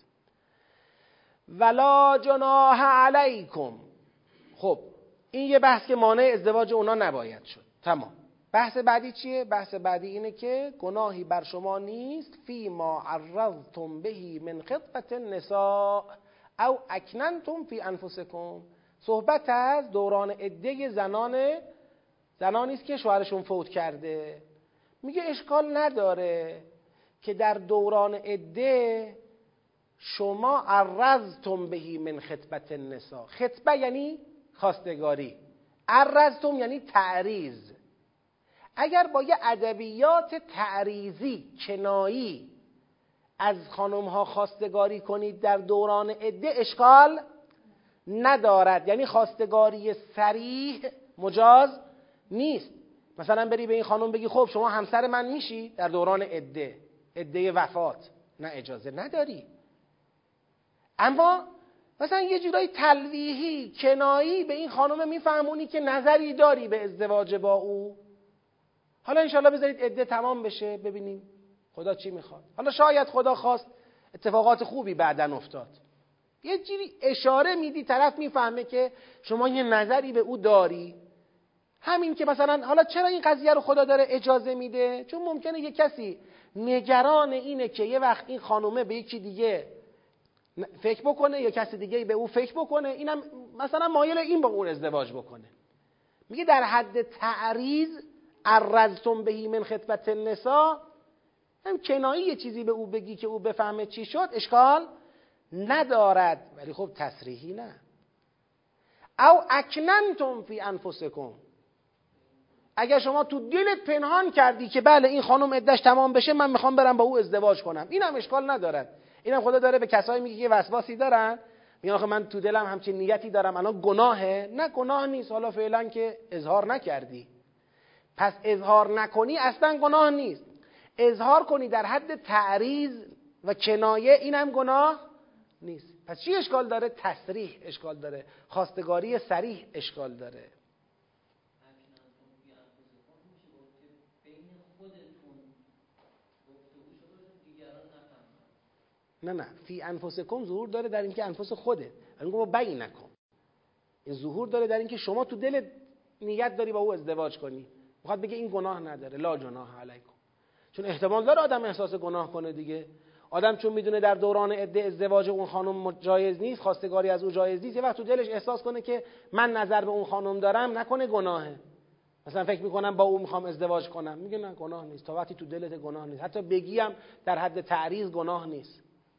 ولا جناح علیکم. خب این یه بحث که مانع ازدواج اونا نباید شد، تمام. بحث بعدی چیه؟ بحث بعدی اینه که گناهی بر شما نیست فی ما عرضتم بهی من خطبة النساء او اکننتم فی انفسکم. صحبت از دوران عده زنان زنانی است که شوهرشون فوت کرده. میگه اشکال نداره که در دوران عده شما عرضتم بهی من خطبت النساء. خطبه یعنی خواستگاری، عرضتم یعنی تعریض. اگر با یه ادبیات تعریضی کنایی از خانم ها خواستگاری کنید در دوران عده اشکال ندارد، یعنی خواستگاری صریح مجاز نیست. مثلا بری به این خانم بگی خب شما همسر من میشی در دوران عده وفات، نه، اجازه نداری. اما مثلا یه جورای تلویحی کنایی به این خانم میفهمونی که نظری داری به ازدواج با او. حالا انشالله بذارید عده تمام بشه ببینیم خدا چی میخواد. حالا شاید خدا خواست اتفاقات خوبی بعدن افتاد. یه جوری اشاره میدی طرف میفهمه که شما یه نظری به او داری. همین که مثلا حالا چرا این قضیه رو خدا داره اجازه میده؟ چون ممکنه یه کسی نگران اینه که یه وقت این خانومه به یکی دیگه فکر بکنه یا کسی دیگه به او فکر بکنه، اینم مثلا مایل این با اون ازدواج بکنه. میگه در حد تعریض عرضتم بهی من خطبت النساء، هم کنایی یه چیزی به او بگی که او بفهمه چی شد اشکال ندارد، ولی خب تصریحی نه. او اکننتم فی انفسکم، اگر شما تو دلت پنهان کردی که بله این خانم عدش تمام بشه من میخوام برم با او ازدواج کنم، اینم اشکال ندارد. اینم خدا داره به کسایی میگه که وسواسی دارن، میگن آخه من تو دلم همچین نیتی دارم الان گناهه. نه گناه نیست، حالا فعلا که اظهار نکردی. پس اظهار نکنی اصلا گناه نیست، اظهار کنی در حد تعریض و کنایه اینم گناه نیست. پس چی اشکال داره؟ تصریح اشکال داره، خواستگاری صریح اشکال داره. نه فی انفسکم ظهور داره در اینکه انفس خودت، میگم بینکم، این ظهور داره در اینکه شما تو دلت نیت داری با او ازدواج کنی، میخواد بگه این گناه نداره، لا جناح علیکم. چون احتمال داره آدم احساس گناه کنه دیگه. آدم چون میدونه در دوران عده ازدواج اون خانم جایز نیست، خواستگاری از او جایز نیست، یه وقت تو دلش احساس کنه که من نظر به اون خانم دارم، نکنه گناهه. مثلا فکر میکنم با او میخوام ازدواج کنم، میگه نه گناه نیست، تا وقتی تو دلت گناه نیست، حتی بگیم در حد تعریض گناه نیست.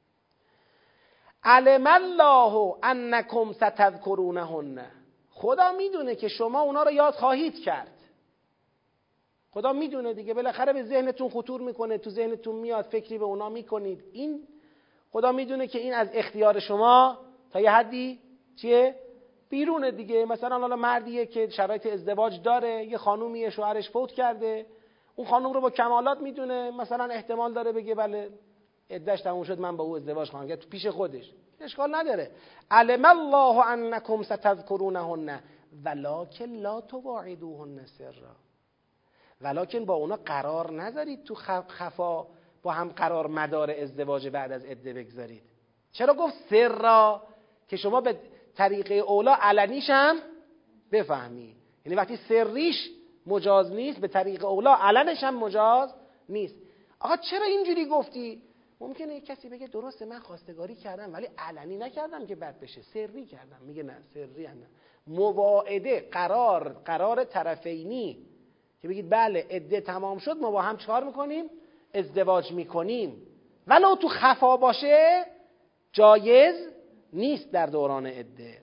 علم الله انکم ستذکرونهن، خدا میدونه که شما اونا رو یاد خواهید کرد. خدا میدونه دیگه، بالاخره به ذهنتون خطور میکنه، تو ذهنتون میاد، فکری به اونا میکنید. این خدا میدونه که این از اختیار شما تا یه حدی چیه؟ بیرونه دیگه. مثلا حالا مردیه که شرایط ازدواج داره، یه خانومیه شوهرش فوت کرده، اون خانوم رو با کمالات میدونه، مثلا احتمال داره بگه بله عده‌اش تموم شد من با او ازدواج خواهم کرد، تو پیش خودش اشکال نداره. علم الله انکم ستذکرونهن ولکن لا تواعدوهن سرا، ولکن با اونا قرار نذارید تو خفا با هم قرار مدار ازدواج بعد از عده بگذارید. چرا گفت سرا؟ که شما به طریقه اولا علنیش هم بفهمی. یعنی وقتی سریش مجاز نیست به طریق اولا علنش هم مجاز نیست. آقا چرا اینجوری گفتی؟ ممکنه یک کسی بگه درسته من خواستگاری کردم ولی علنی نکردم که بد بشه، سری کردم. میگه نه سری هم نه. مواعده قرار طرفینی که بگید بله عده تمام شد ما با هم چکار میکنیم؟ ازدواج میکنیم. ولو تو خفا باشه جایز نیست در دوران عده.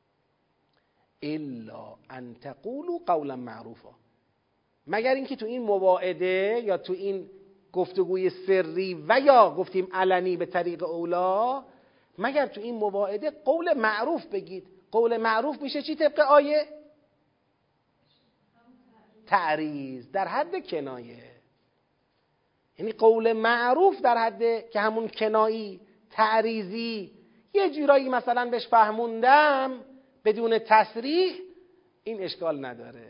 الا ان تقولوا قولا معروفا، مگر اینکه تو این مواعده یا تو این گفتگوی سری و یا گفتیم علنی به طریق اولا، مگر تو این مواعده قول معروف بگید. قول معروف میشه چی طبق آیه؟ تعریض در حد کنایه. یعنی قول معروف در حد که همون کنایی تعریضی یه جورایی مثلا بهش فهموندم بدون تصریح، این اشکال نداره.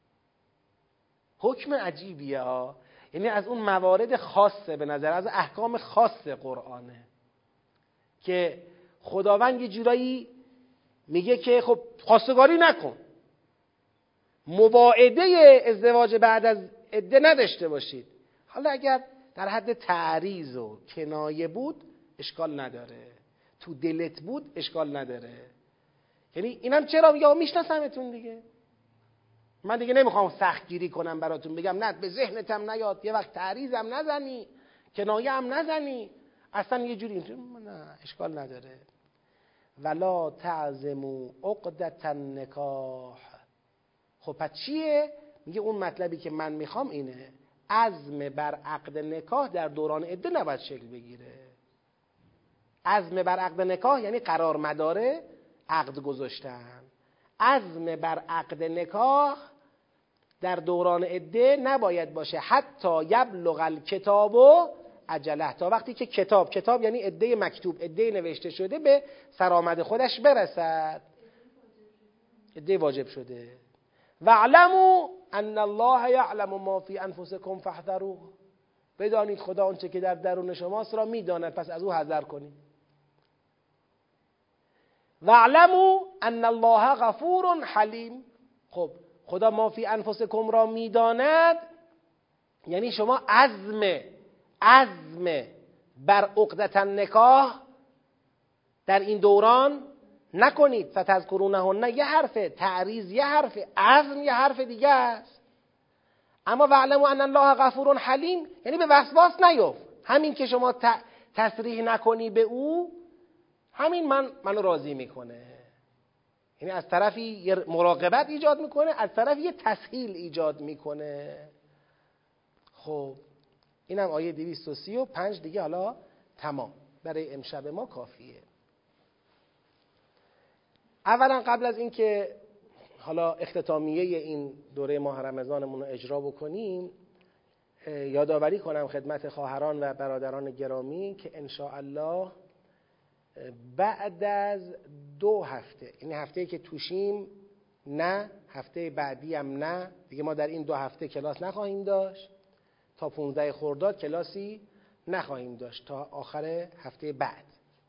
حکم عجیبیه ها، یعنی از اون موارد خاصه به نظر، از احکام خاص قرآنه که خداوند یه جورایی میگه که خب خواستگاری نکن، مواعده ازدواج بعد از عده نداشته باشید. حالا اگر در حد تعریض و کنایه بود اشکال نداره، تو دلت بود اشکال نداره. یعنی اینم چرا میگه میشناسمتون دیگه، من دیگه نمیخوام سخت گیری کنم براتون، بگم نه به ذهنتم نیاد، یه وقت تعریضم نزنی، کنایه هم نزنی، اصلا یه جوری نه اشکال نداره. ولا تعزموا عقدة النکاح. خب پس چیه؟ میگه اون مطلبی که من میخوام اینه، عزم بر عقد نکاح در دوران عده نباید شکل بگیره. عزم بر عقد نکاح یعنی قرار مدار عقد گذاشتن. عزم بر عقد نکاح در دوران عده نباید باشه حتی یبلغ الکتاب اجله، تا وقتی که کتاب یعنی عده مکتوب، عده نوشته شده به سرآمد خودش برسد. عده واجب شده. واعلموا ان الله یعلم ما فی انفسکم فاحذروه. بدانید خدا آنچه که در درون شماست را میداند، پس از او حذر کنید. واعلموا ان الله غفور حلیم. خب خدا ما فی انفسکم را میداند، یعنی شما عزم بر عقدة النکاح در این دوران نکنید. ستذکرونهن یه حرفه، تعریض یه حرفه، عزم یه حرف دیگه است. اما واعلموا ان الله غفور حلیم یعنی به وسواس نیفت. همین که شما تصریح نکنی به او، همین منو راضی میکنه. یعنی از طرفی یه مراقبت ایجاد میکنه، از طرفی یه تسهیل ایجاد میکنه. خب اینم آیه 235 دیگه. حالا تمام، برای امشب ما کافیه. اولا قبل از اینکه حالا اختتامیه این دوره ماه رمضانمون رو اجرا بکنیم، یادآوری کنم خدمت خواهران و برادران گرامی که ان شاء الله بعد از 2 هفته، این هفته‌ای که توشیم نه، هفته بعدی هم نه، دیگه ما در این 2 هفته کلاس نخواهیم داشت. تا 15 خرداد کلاسی نخواهیم داشت تا آخر هفته بعد.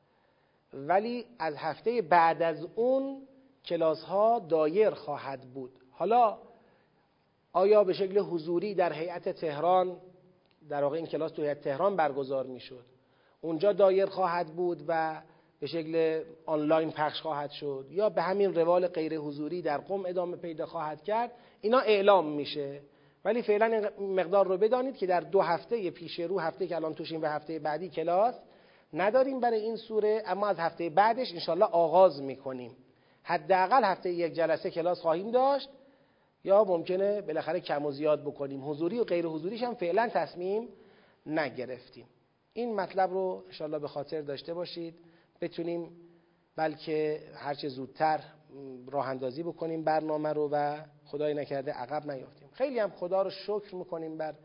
ولی از هفته بعد از اون کلاس ها دایر خواهد بود. حالا آیا به شکل حضوری در هیئت تهران، در واقع این کلاس تو هیئت تهران برگزار می شد، اونجا دایر خواهد بود و به شکل آنلاین پخش خواهد شد، یا به همین روال غیر حضوری در قم ادامه پیدا خواهد کرد، اینا اعلام میشه. ولی فعلا این مقدار رو بدانید که در 2 هفته پیش رو، هفته که الان توشیم و هفته بعدی کلاس نداریم برای این سوره، اما از هفته بعدش انشالله آغاز میکنیم. حداقل هفته 1 جلسه کلاس خواهیم داشت، یا ممکنه بالاخره کم و زیاد بکنیم. حضوری و غیر حضوریش هم فعلا تصمیم نگرفتیم. این مطلب رو انشالله به خاطر داشته باشید، بتونیم بلکه هرچه زودتر راه اندازی بکنیم برنامه رو و خدای نکرده عقب نیافتیم. خیلی هم خدا رو شکر میکنیم بر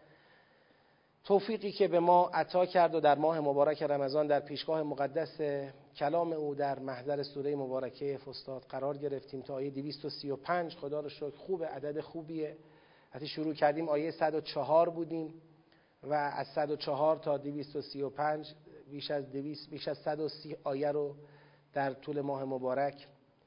توفیقی که به ما عطا کرد و در ماه مبارک رمضان در پیشگاه مقدس کلام او در محضر سوره مبارکه فستاد قرار گرفتیم تا آیه 235. خدا رو شکر، خوبه، عدد خوبیه. وقتی شروع کردیم آیه 104 بودیم و از 104 تا 235 بیش از 130 آیه رو در طول ماه مبارک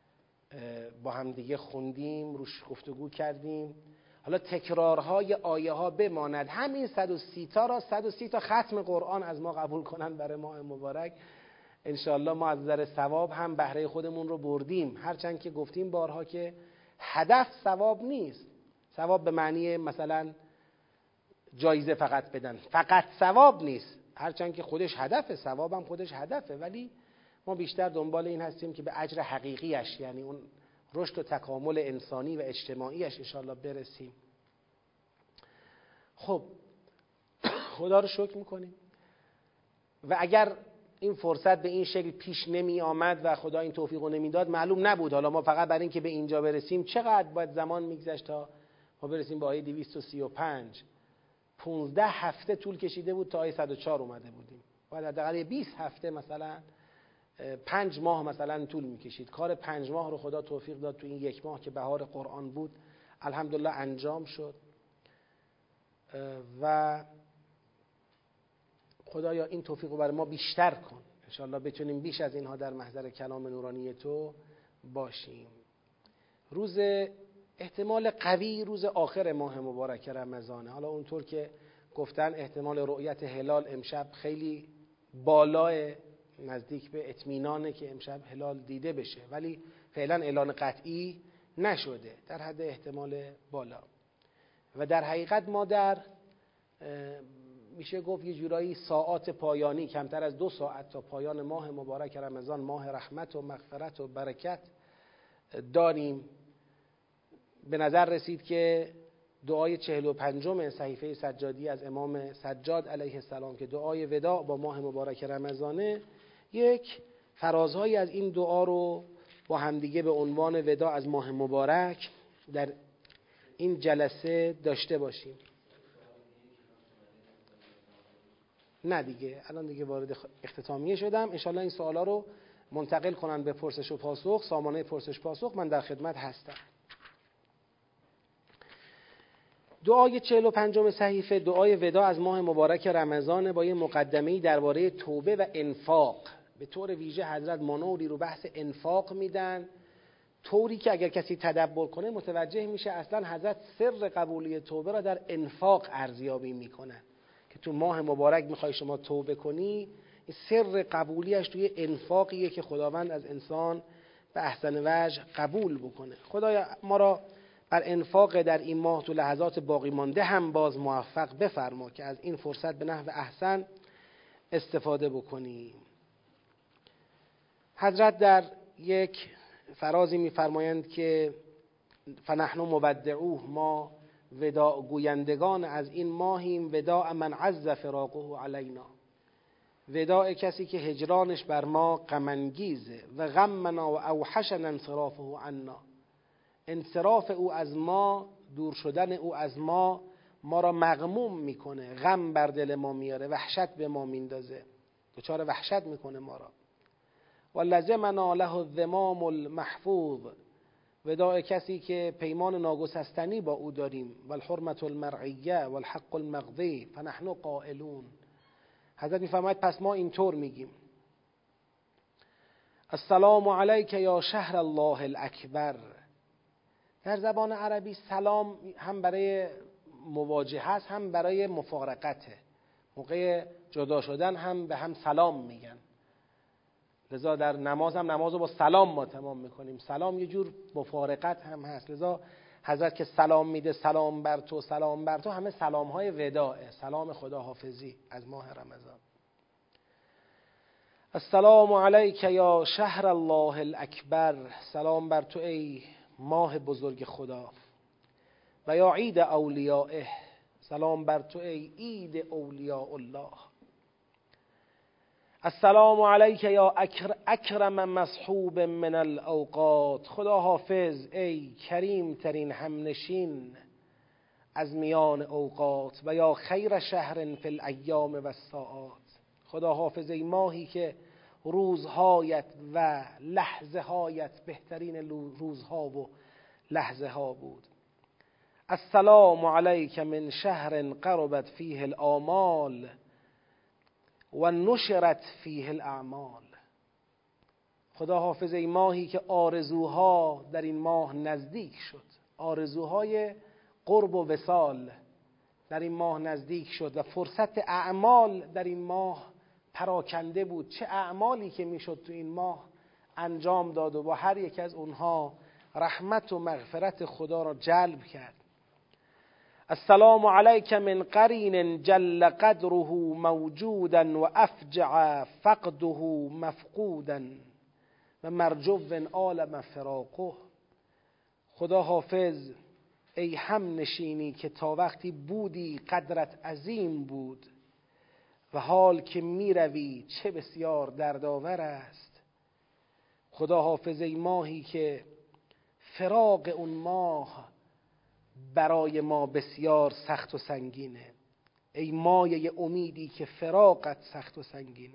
با هم دیگه خوندیم، روش گفتگو کردیم. حالا تکرارهای آیه ها بماند، همین 130 تا را 130 تا ختم قرآن از ما قبول کنن برای ماه مبارک. انشاءالله ما از نظر ثواب هم بهره خودمون رو بردیم. هرچند که گفتیم بارها که هدف ثواب نیست. ثواب به معنی مثلا جایزه فقط بدن، فقط ثواب نیست. هرچند که خودش هدفه، ثواب هم خودش هدفه، ولی ما بیشتر دنبال این هستیم که به اجر حقیقیش، یعنی اون رشد و تکامل انسانی و اجتماعیش انشاءالله برسیم. خب خدا رو شکر میکنیم. و اگر این فرصت به این شکل پیش نمی آمد و خدا این توفیق رو نمیداد، معلوم نبود. حالا ما فقط برای اینکه به اینجا برسیم چقدر باید زمان میگذشت تا ما برسیم به آیه 235. 15 هفته طول کشیده بود تا آیه 104 اومده بودیم. باید حداقل 20 هفته، مثلا 5 ماه مثلا طول میکشید. کار 5 ماه رو خدا توفیق داد تو این 1 ماه که بهار قرآن بود، الحمدلله انجام شد. و خدایا این توفیق رو برای ما بیشتر کن، انشاءالله بتونیم بیش از اینها در محضر کلام نورانی تو باشیم. روز احتمال قوی روز آخر ماه مبارک رمضانه. حالا اونطور که گفتن احتمال رؤیت هلال امشب خیلی بالاه، نزدیک به اطمینانه که امشب هلال دیده بشه، ولی فعلا اعلان قطعی نشده در حد احتمال بالا. و در حقیقت ما در میشه گفت یه جورایی ساعات پایانی، کمتر از 2 ساعت تا پایان ماه مبارک رمضان، ماه رحمت و مغفرت و برکت داریم. به نظر رسید که دعای 45 صحیفه سجادی از امام سجاد علیه السلام که دعای وداع با ماه مبارک رمضانه، یک فرازهایی از این دعا رو با همدیگه به عنوان وداع از ماه مبارک در این جلسه داشته باشیم. نه دیگه، الان دیگه وارد اختتامیه شدم. انشالله این سوالا رو منتقل کنن به پرسش و پاسخ، سامانه پرسش پاسخ. من در خدمت هستم. دعای 45 صحیفه دعای وداع از ماه مبارک رمضان با یه مقدمه‌ای درباره توبه و انفاق. به طور ویژه حضرت مانوری رو بحث انفاق میدن، طوری که اگر کسی تدبر کنه متوجه میشه اصلا حضرت سر قبولی توبه را در انفاق ارزیابی میکنن که تو ماه مبارک میخوای شما توبه کنی، سر قبولیش توی انفاقیه که خداوند از انسان به احسن وجه قبول بکنه. خدایا ما را بر انفاق در این ماه تو لحظات باقی مانده هم باز موفق بفرما که از این فرصت به نحو احسن استفاده بکنیم. حضرت در یک فرازی میفرمایند که فنحن مودعوه، ما وداع گویندگان از این ماهیم، وداع من عز فراقه علینا، وداع کسی که هجرانش بر ما غم انگیزه، و غمنا و اوحشنا انصرافه عنا، انصراف او از ما، دور شدن او از ما را مغموم میکنه، غم بر دل ما میاره، وحشت به ما میندازه، دچار وحشت میکنه ما را. و لزمنا له الذمام المحفوظ، وداع کسی که پیمان ناگسستنی با او داریم، و الحرمة المرعیه و الحق المقضی فنحن قائلون. حضرت میفرماید پس ما اینطور میگیم: السلام علیک یا شهر الله الاکبر. در زبان عربی سلام هم برای مواجهه است، هم برای مفارقته. موقع جدا شدن هم به هم سلام میگن. لذا در نماز هم نماز رو با سلام ما تمام میکنیم. سلام یه جور مفارقت هم هست. لذا حضرت که سلام میده، سلام بر تو، سلام بر تو، همه سلام های وداعه، سلام خداحافظی از ماه رمضان. السلام علیک یا شهر الله الاکبر، سلام بر تو ای ماه بزرگ خدا. و یا عید اولیائه، سلام بر تو ای عید اولیاء الله. السلام علیک یا اکرم مصحوب من الاوقات، خدا حافظ ای کریم ترین همنشین از میان اوقات. و یا خیر شهر فی الایام و الساعات، خدا حافظ ای ماهی که روزهایت و لحظه هایت بهترین روزها و لحظه ها بود. السلام علیک من شهر قربت فیه الآمال و نشرت فیه الاعمال، خدا حافظ ای ماهی که آرزوها در این ماه نزدیک شد، آرزوهای قرب و وصال در این ماه نزدیک شد و فرصت اعمال در این ماه پراکنده بود. چه اعمالی که میشد تو این ماه انجام داد و با هر یک از اونها رحمت و مغفرت خدا را جلب کرد. السلام علیک من قرین جل قدره موجودا و افجع فقده مفقودا و مرجو عالم فراقه، خدا حافظ ای هم نشینی که تا وقتی بودی قدرت عظیم بود و حال که می روی چه بسیار دردآور است. خدا حافظ ای ماهی که فراق اون ماه برای ما بسیار سخت و سنگینه، ای مایه امیدی که فراقت سخت و سنگینه.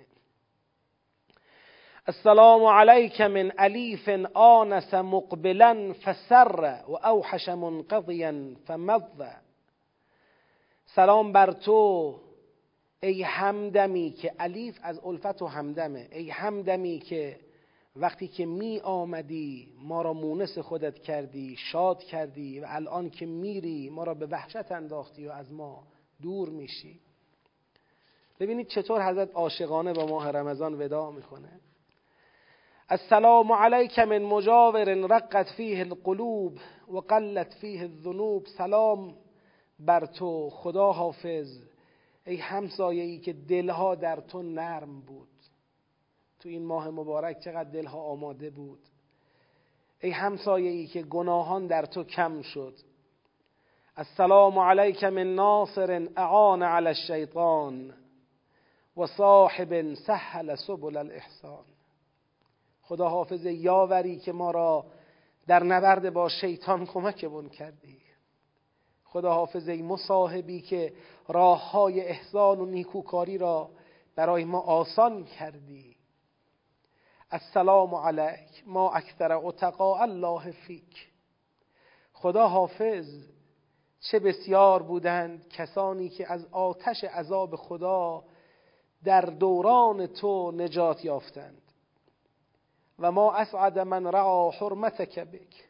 السلام علیک من الیف آنس مقبلا فسر و اوحش منقضیا فمض، سلام بر تو ای همدمی که، الیف از الفت و همدمه، ای همدمی که وقتی که می آمدی ما را مونس خودت کردی، شاد کردی، و الان که میری ما را به وحشت انداختی و از ما دور میشی. ببینید چطور حضرت عاشقانه با ماه رمضان وداع میکنه. السلام علیک من مجاور رقت فیه القلوب و قلت فیه الذنوب. سلام بر تو خدا حافظ، ای همسایه‌ای که دلها در تو نرم بود. تو این ماه مبارک چقدر دلها آماده بود. ای همسایه‌ای که گناهان در تو کم شد. السلام علیک من ناصر اعان علی الشیطان و صاحب سهل سبل الاحسان. خدا حافظ یاوری که ما را در نبرد با شیطان کمکمون کردی. خدا حافظ ای مصاحبی که راه های احسان و نیکوکاری را برای ما آسان کردی. السلام علیک ما اکثر اتقاء الله فیک. خدا حافظ چه بسیار بودند کسانی که از آتش عذاب خدا در دوران تو نجات یافتند. و ما اسعد من رعا حرمتک بک.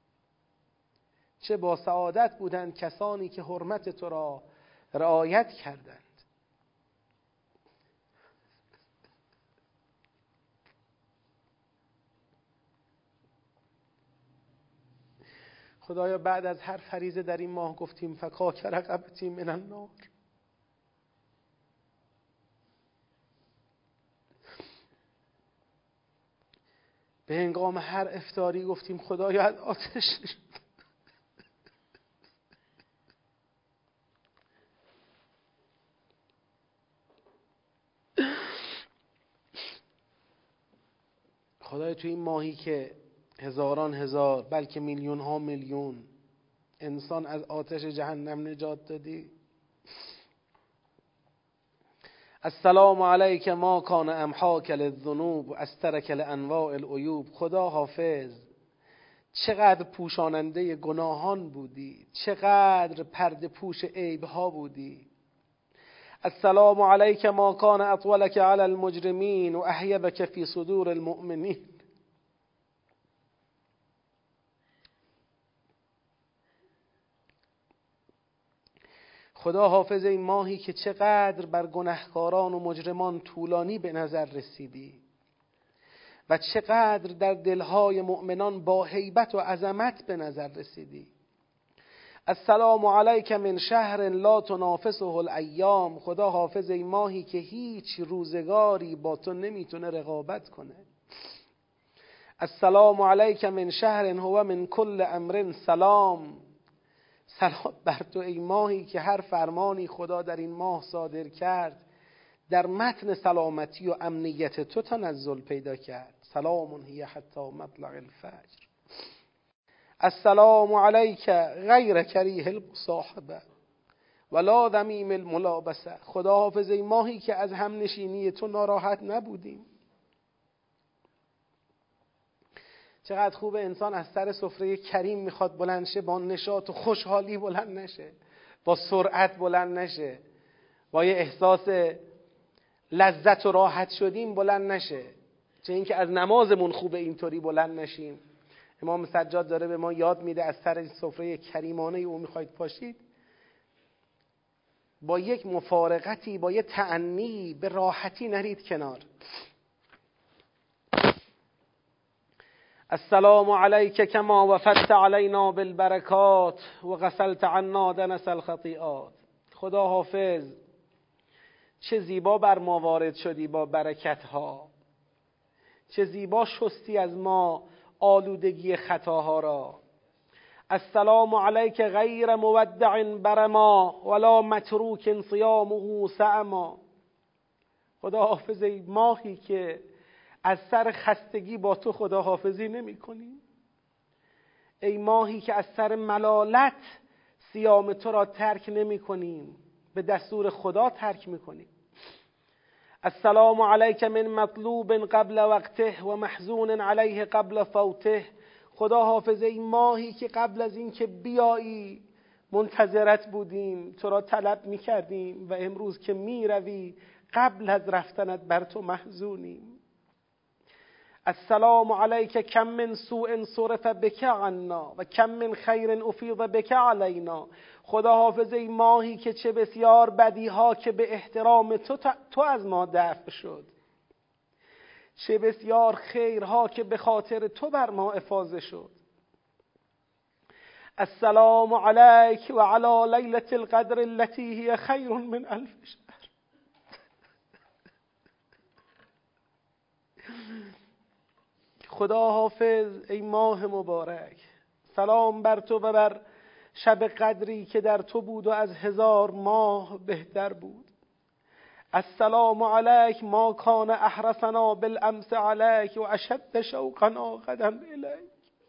چه با سعادت بودند کسانی که حرمت تو را رعایت کردند. خدایا بعد از هر فریضه در این ماه گفتیم فکاک رقبتی من النار. به هنگام هر افطاری گفتیم خدایا از آتش. خدایا تو این ماهی که هزاران هزار بلکه میلیون ها میلیون انسان از آتش جهنم نجات دادی. السلام علیک ما کان امحاک للذنوب و استرک لانواع العیوب. خدا حافظ چقدر پوشاننده گناهان بودی، چقدر پرده پوش عیبها بودی. السلام علیک ما کان اطولک علی المجرمین و احیبک فی صدور المؤمنین. خدا حافظ این ماهی که چقدر بر گناهکاران و مجرمان طولانی به نظر رسیدی و چقدر در دلهای مؤمنان با هیبت و عظمت به نظر رسیدی. السلام علیک من شهر لا تنافسه الایام. خدا حافظ این ماهی که هیچ روزگاری با تو نمیتونه رقابت کنه. السلام علیک من شهر هو من کل امر سلام. سلام بر تو ای ماهی که هر فرمانی خدا در این ماه صادر کرد در متن سلامتی و امنیت تو تنزل پیدا کرد. سلام هی حتی مطلع الفجر. السلام علیک غیر کریه المصاحبه ولا ذمیم الملابسه. خدا حافظ ای ماهی که از هم نشینی تو ناراحت نبودیم. چقدر خوبه انسان از سر سفره کریم میخواد بلند شه، با نشاط و خوشحالی بلند نشه، با سرعت بلند نشه، با یه احساس لذت و راحت شدیم بلند نشه. چه اینکه از نمازمون خوبه اینطوری بلند نشیم. امام سجاد داره به ما یاد میده از سر سفره کریمانه او میخواید پاشید، با یک مفارقتی، با یک تأنی به راحتی نرید کنار. السلام علیک کما وفدت علینا بالبرکات و غسلت عنا دنس الخطیئات. خدا حافظ چه زیبا بر ما وارد شدی با برکت ها، چه زیبا شستی از ما آلودگی خطاها را. السلام علیک غیر مودع برما ولا متروک صیامه سعما. خدا حافظ ای ماهی که از سر خستگی با تو خدا حافظی نمی کنیم. ای ماهی که از سر ملالت صیام تو را ترک نمی کنیم، به دستور خدا ترک می کنیم. السلام علیک من مطلوب قبل وقته و محزون علیه قبل فوته. خدا حافظ ای ماهی که قبل از این که بیایی منتظرت بودیم، تو را طلب می کردیم و امروز که می روی قبل از رفتنت بر تو محزونیم. السلام علیک کم من سوء صرف بک عنا و کم من خیر افیض بک علینا. خدا حافظ ای ماهی که چه بسیار بدیها که به احترام تو از ما دفع شد، چه بسیار خیرها که به خاطر تو بر ما افاضه شد. السلام علیک و علی لیلة القدر التي هی خیر من 1000 شهر. خدا حافظ ای ماه مبارک، سلام بر تو و بر شب قدری که در تو بود و از 1000 ماه بهتر بود. السلام علیک ما کان احرسنا بالامس علیک و اشد شوقنا غدا الیک.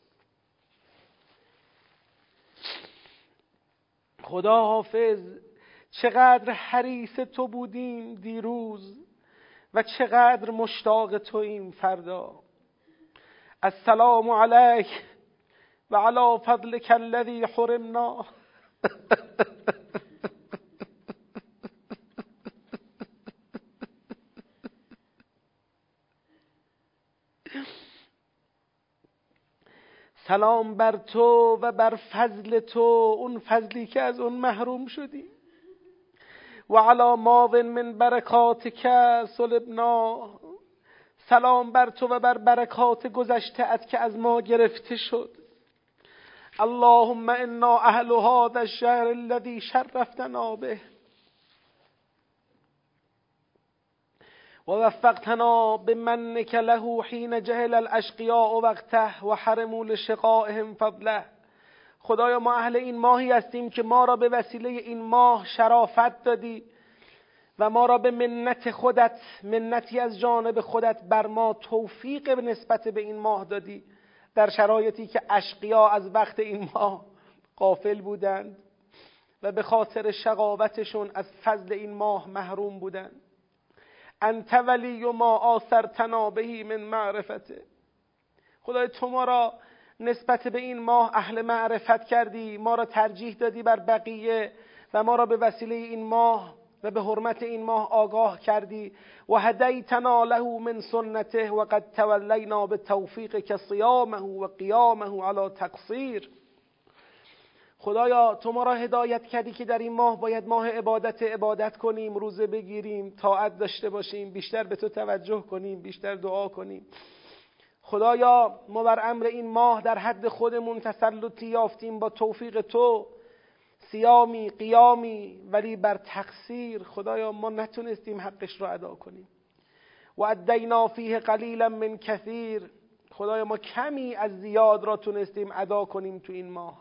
خدا حافظ چقدر حریص تو بودیم دیروز و چقدر مشتاق توییم فردا. السلام علیک و علی فضلک الذی حرمنا. سلام بر تو و بر فضل تو، اون فضلی که از اون محروم شدیم. و علی ماض من برکاتک سلبنا. سلام بر تو و بر برکات گذشته‌ات که از ما گرفته شد. اللهم انا اهل هذا الشهر الذي شرفتنا به و وفقتنا بمنك له حين جهل الاشقیاء وقته و حرموا لشقائهم فضله. خدایا ما اهل این ماهی هستیم که ما را به وسیله این ماه شرافت دادی و ما را به منت خودت، منتی از جانب خودت بر ما توفیق نسبت به این ماه دادی، در شرایطی که اشقیا از وقت این ماه غافل بودند و به خاطر شقاوتشون از فضل این ماه محروم بودند. انت ولی ما آثرتنا بهی من معرفته. خدای تو ما را نسبت به این ماه اهل معرفت کردی، ما را ترجیح دادی بر بقیه و ما را به وسیله این ماه و به حرمت این ماه آگاه کردی. و هدیتنا له من سنته و قد تولینا به توفیقک صیامه و قیامه علی تقصیر. خدایا تو ما را هدایت کردی که در این ماه باید ماه عبادت کنیم، روزه بگیریم، طاعت داشته باشیم، بیشتر به تو توجه کنیم، بیشتر دعا کنیم. خدایا ما بر امر این ماه در حد خودمون تسلطی یافتیم با توفیق تو، صیامی، قیامی، ولی بر تقصیر. خدایا ما نتونستیم حقش را ادا کنیم. و ادینا فیه قلیلا من کثیر. خدایا ما کمی از زیاد را تونستیم ادا کنیم تو این ماه.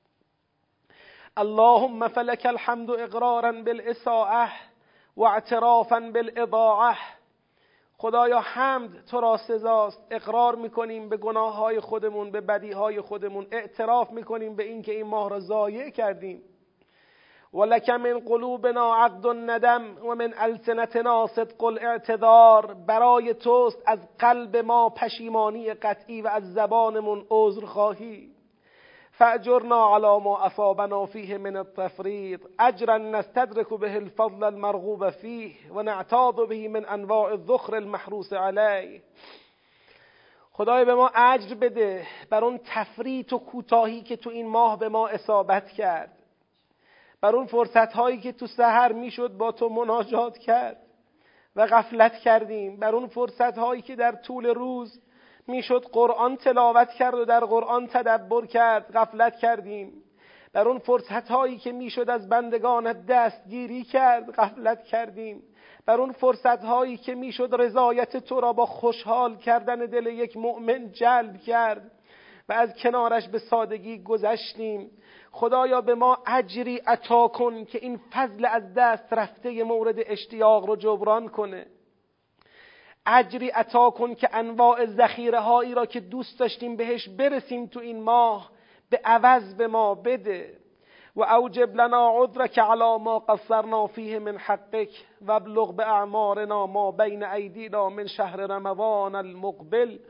اللهم فلك الحمد اقرارا بالاساءه و اعترافا بالاضاعه. خدایا حمد تو را سزاست. اقرار میکنیم به گناههای خودمون، به بدیهای خودمون، اعتراف میکنیم به این که این ماه را ضایع کردیم. ولک من قلوبنا عقد الندم و من السنتنا صدق الاعتذار. برای توست از قلب ما پشیمانی قطعی و از زبانمون عذرخواهی. فاجرنا علی ما اصابنا فیه من التفریط اجرا نستدرک به الفضل المرغوب فیه و نعتاض به من انواع الذخر المحروس علیه. خدای به ما اجر بده بر اون تفریط و کوتاهی که تو این ماه به ما اصابت کرد، بر اون فرصت هایی که تو سحر میشد با تو مناجات کرد و غفلت کردیم، بر اون فرصت هایی که در طول روز میشد قرآن تلاوت کرد و در قرآن تدبر کرد، غفلت کردیم، بر اون فرصت هایی که میشد از بندگانت دستگیری کرد، غفلت کردیم، بر اون فرصت هایی که میشد رضایت تو را با خوشحال کردن دل یک مؤمن جلب کرد و از کنارش به سادگی گذشتیم. خدایا به ما اجری عطا کن که این فضل از دست رفته مورد اشتیاق رو جبران کنه. اجری عطا کن که انواع ذخیره هایی را که دوست داشتیم بهش برسیم تو این ماه به عوض به ما بده. و اوجب لنا عذرک علی ما قصرنا فیه من حقک و ابلغ باعمارنا ما بین ایدینا من شهر رمضان المقبل.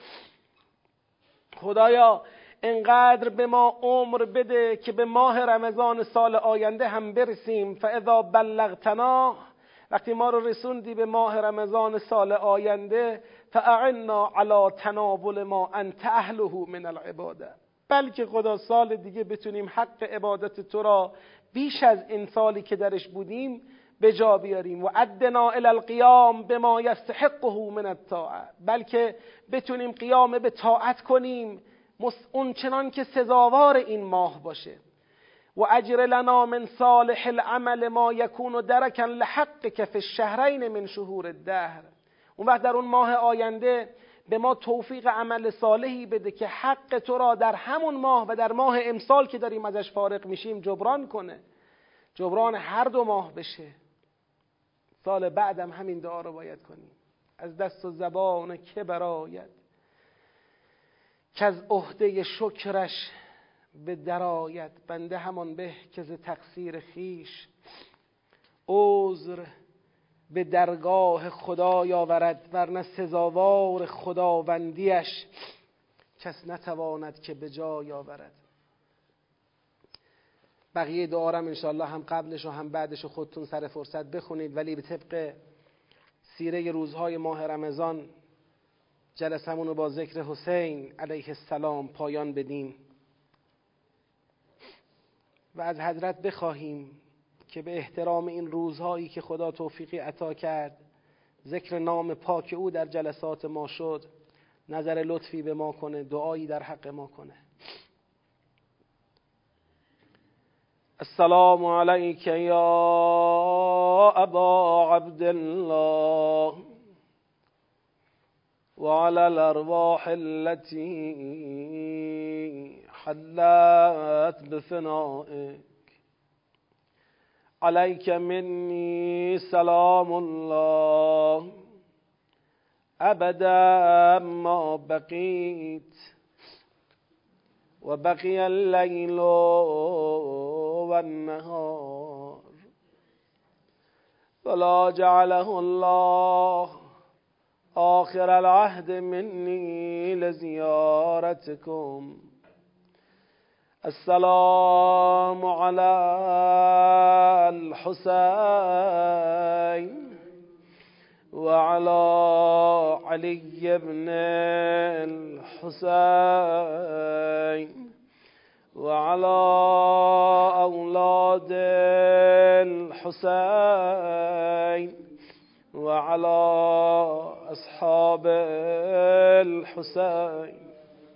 خدایا انقدر به ما عمر بده که به ماه رمضان سال آینده هم برسیم. فاذا بلغتنا، وقتی ما رو رسوندی به ماه رمضان سال آینده، فاعنا علی تناول ما انت اهله من العباده، بلکه خدا سال دیگه بتونیم حق عبادت تو را بیش از این سالی که درش بودیم به جا بیاریم. و ادنا الی القیام بما یستحقه من الطاعه، بلکه بتونیم قیام به طاعت کنیم اون چنان که سزاوار این ماه باشه. و اجر لنا من صالح العمل ما یکون درکا لحقک فی الشهرین من شهور الدهر. اون وقت در اون ماه آینده به ما توفیق عمل صالحی بده که حق تو را در همون ماه و در ماه امسال که داریم ازش فارغ میشیم جبران کنه، جبران هر دو ماه بشه. سال بعدم همین دعا رو باید کنیم. از دست و زبان که براید که از عهده شکرش به درآید. بنده همان به که ز تقصیر خویش عذر به درگاه خدای آورد، ورنه سزاوار خداوندیش کس نتواند که به جای آورد. بقیه دعا رو انشاءالله هم قبلش و هم بعدش خودتون سر فرصت بخونید، ولی به طبق سیره روزهای ماه رمضان جلسمون رو با ذکر حسین علیه السلام پایان بدیم و از حضرت بخواهیم که به احترام این روزهایی که خدا توفیقی عطا کرد ذکر نام پاک او در جلسات ما شد نظر لطفی به ما کنه، دعایی در حق ما کنه. السلام علیک یا ابا عبدالله وعلى الارواح التي حلت بفنائك عليك مني سلام الله أبدا ما بقيت وبقي الليل والنهار ولا جعله الله آخر العهد مني لزيارتكم. السلام على الحسين وعلى علي بن الحسين وعلى أولاد الحسين وعلى أصحاب الحسين.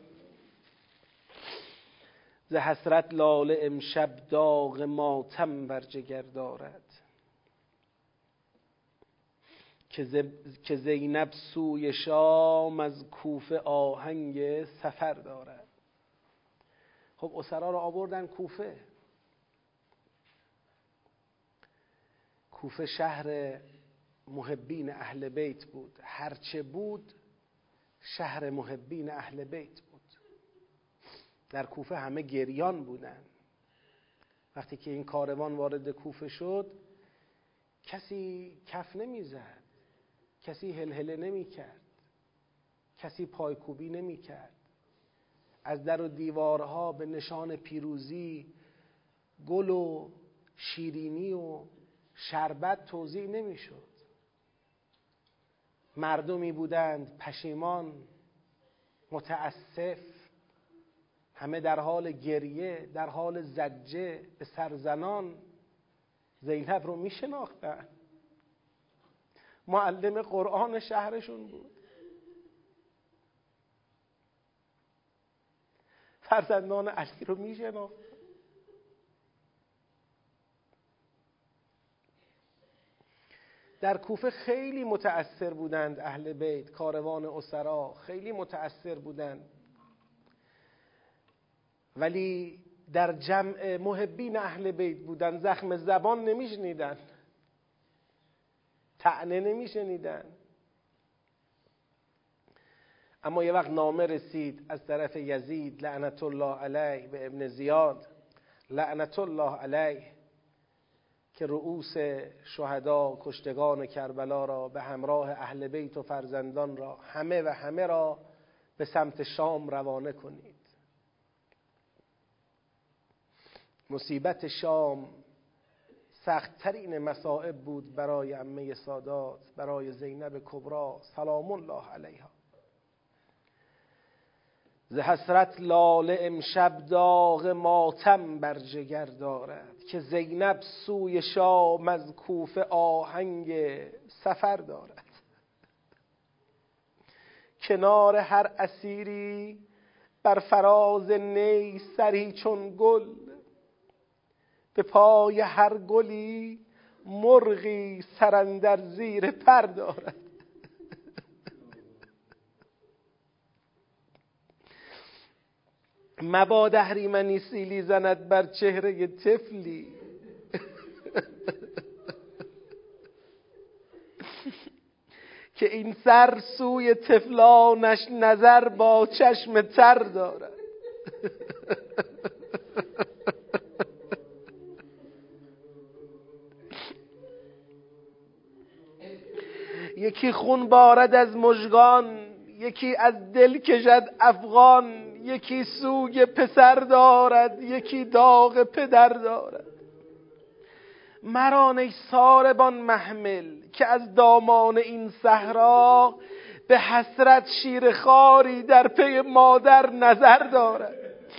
ز حسرت لاله امشب داغ ماتم بر جگر دارد که زینب سوی شام از کوفه آهنگ سفر دارد. خب اسرا رو آوردن کوفه. کوفه شهر محبین اهل بیت بود، هرچه بود شهر محبین اهل بیت بود. در کوفه همه گریان بودن. وقتی که این کاروان وارد کوفه شد کسی کف نمیزد، کسی هلهله نمی کرد، کسی پایکوبی نمی کرد. از در و دیوارها به نشان پیروزی گل و شیرینی و شربت توزیع نمی شد. مردمی بودند پشیمان، متاسف، همه در حال گریه، در حال زجه به سرزنان. زینب رو می شناختن، معلم قرآن شهرشون بود، فرزندان علی رو می شناختن. در کوفه خیلی متأثر بودند اهل بیت، کاروان اسرا خیلی متأثر بودند، ولی در جمع محبین اهل بیت بودن، زخم زبان نمیشنیدن، طعنه نمیشنیدن. اما یه وقت نامه رسید از طرف یزید لعنت الله علیه به ابن زیاد لعنت الله علیه که رؤوس شهدا کشتگان کربلا را به همراه اهل بیت و فرزندان را همه را به سمت شام روانه کنید. مصیبت شام سخت‌ترین مصائب بود برای عمه سادات، برای زینب کبری سلام الله علیها. ز حسرت لاله امشب داغ ماتم بر جگر دارد، که زینب سوی شام از کوفه آهنگ سفر دارد. کنار هر اسیری بر فراز نی سری چون گل، به پای هر گلی مرغی سر اندر زیر پر دارد. مبادا اهریمنی سیلی زند بر چهره طفلی، که این سر سوی طفلانش نظر با چشم تر دارد. یکی خون بارد از مژگان، یکی از دل کشد افغان، یکی سوگ پسر دارد، یکی داغ پدر دارد. مران ای ساربان محمل، که از دامان این صحرا به حسرت شیر خواری در پی مادر نظر دارد.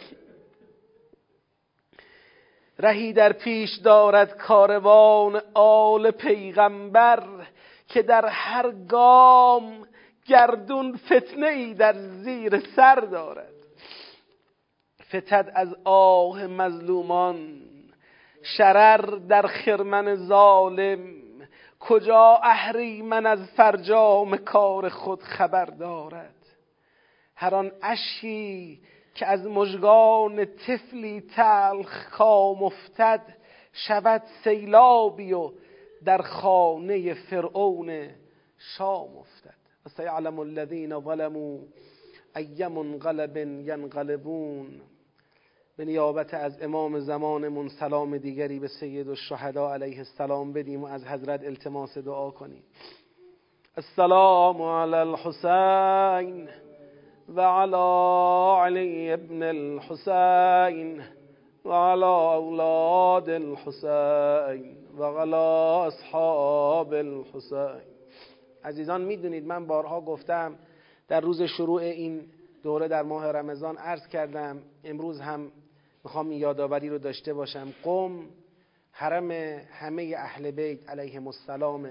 رهی در پیش دارد کاروان آل پیغمبر، که در هر گام گردون فتنه ای در زیر سر دارد. فتد از آه مظلومان شرر در خرمن ظالم، کجا اهریمن از فرجام کار خود خبر دارد. هر آن اشکی که از مژگان طفلی تلخ کام افتد، شود سیلابی و در خانه فرعون شام افتد. و سیعلم الذین ظلموا ای منقلب ینقلبون. به نیابت از امام زمانمون سلام دیگری به سید الشهدا علیه السلام بدیم و از حضرت التماس دعا کنیم. السلام علی الحسین و علی علی ابن الحسین و علی اولاد الحسین و علی اصحاب الحسین. عزیزان میدونید من بارها گفتم، در روز شروع این دوره در ماه رمضان عرض کردم، امروز هم میخوام این یادآوری رو داشته باشم. قم حرم همه اهل بیت علیهم السلام.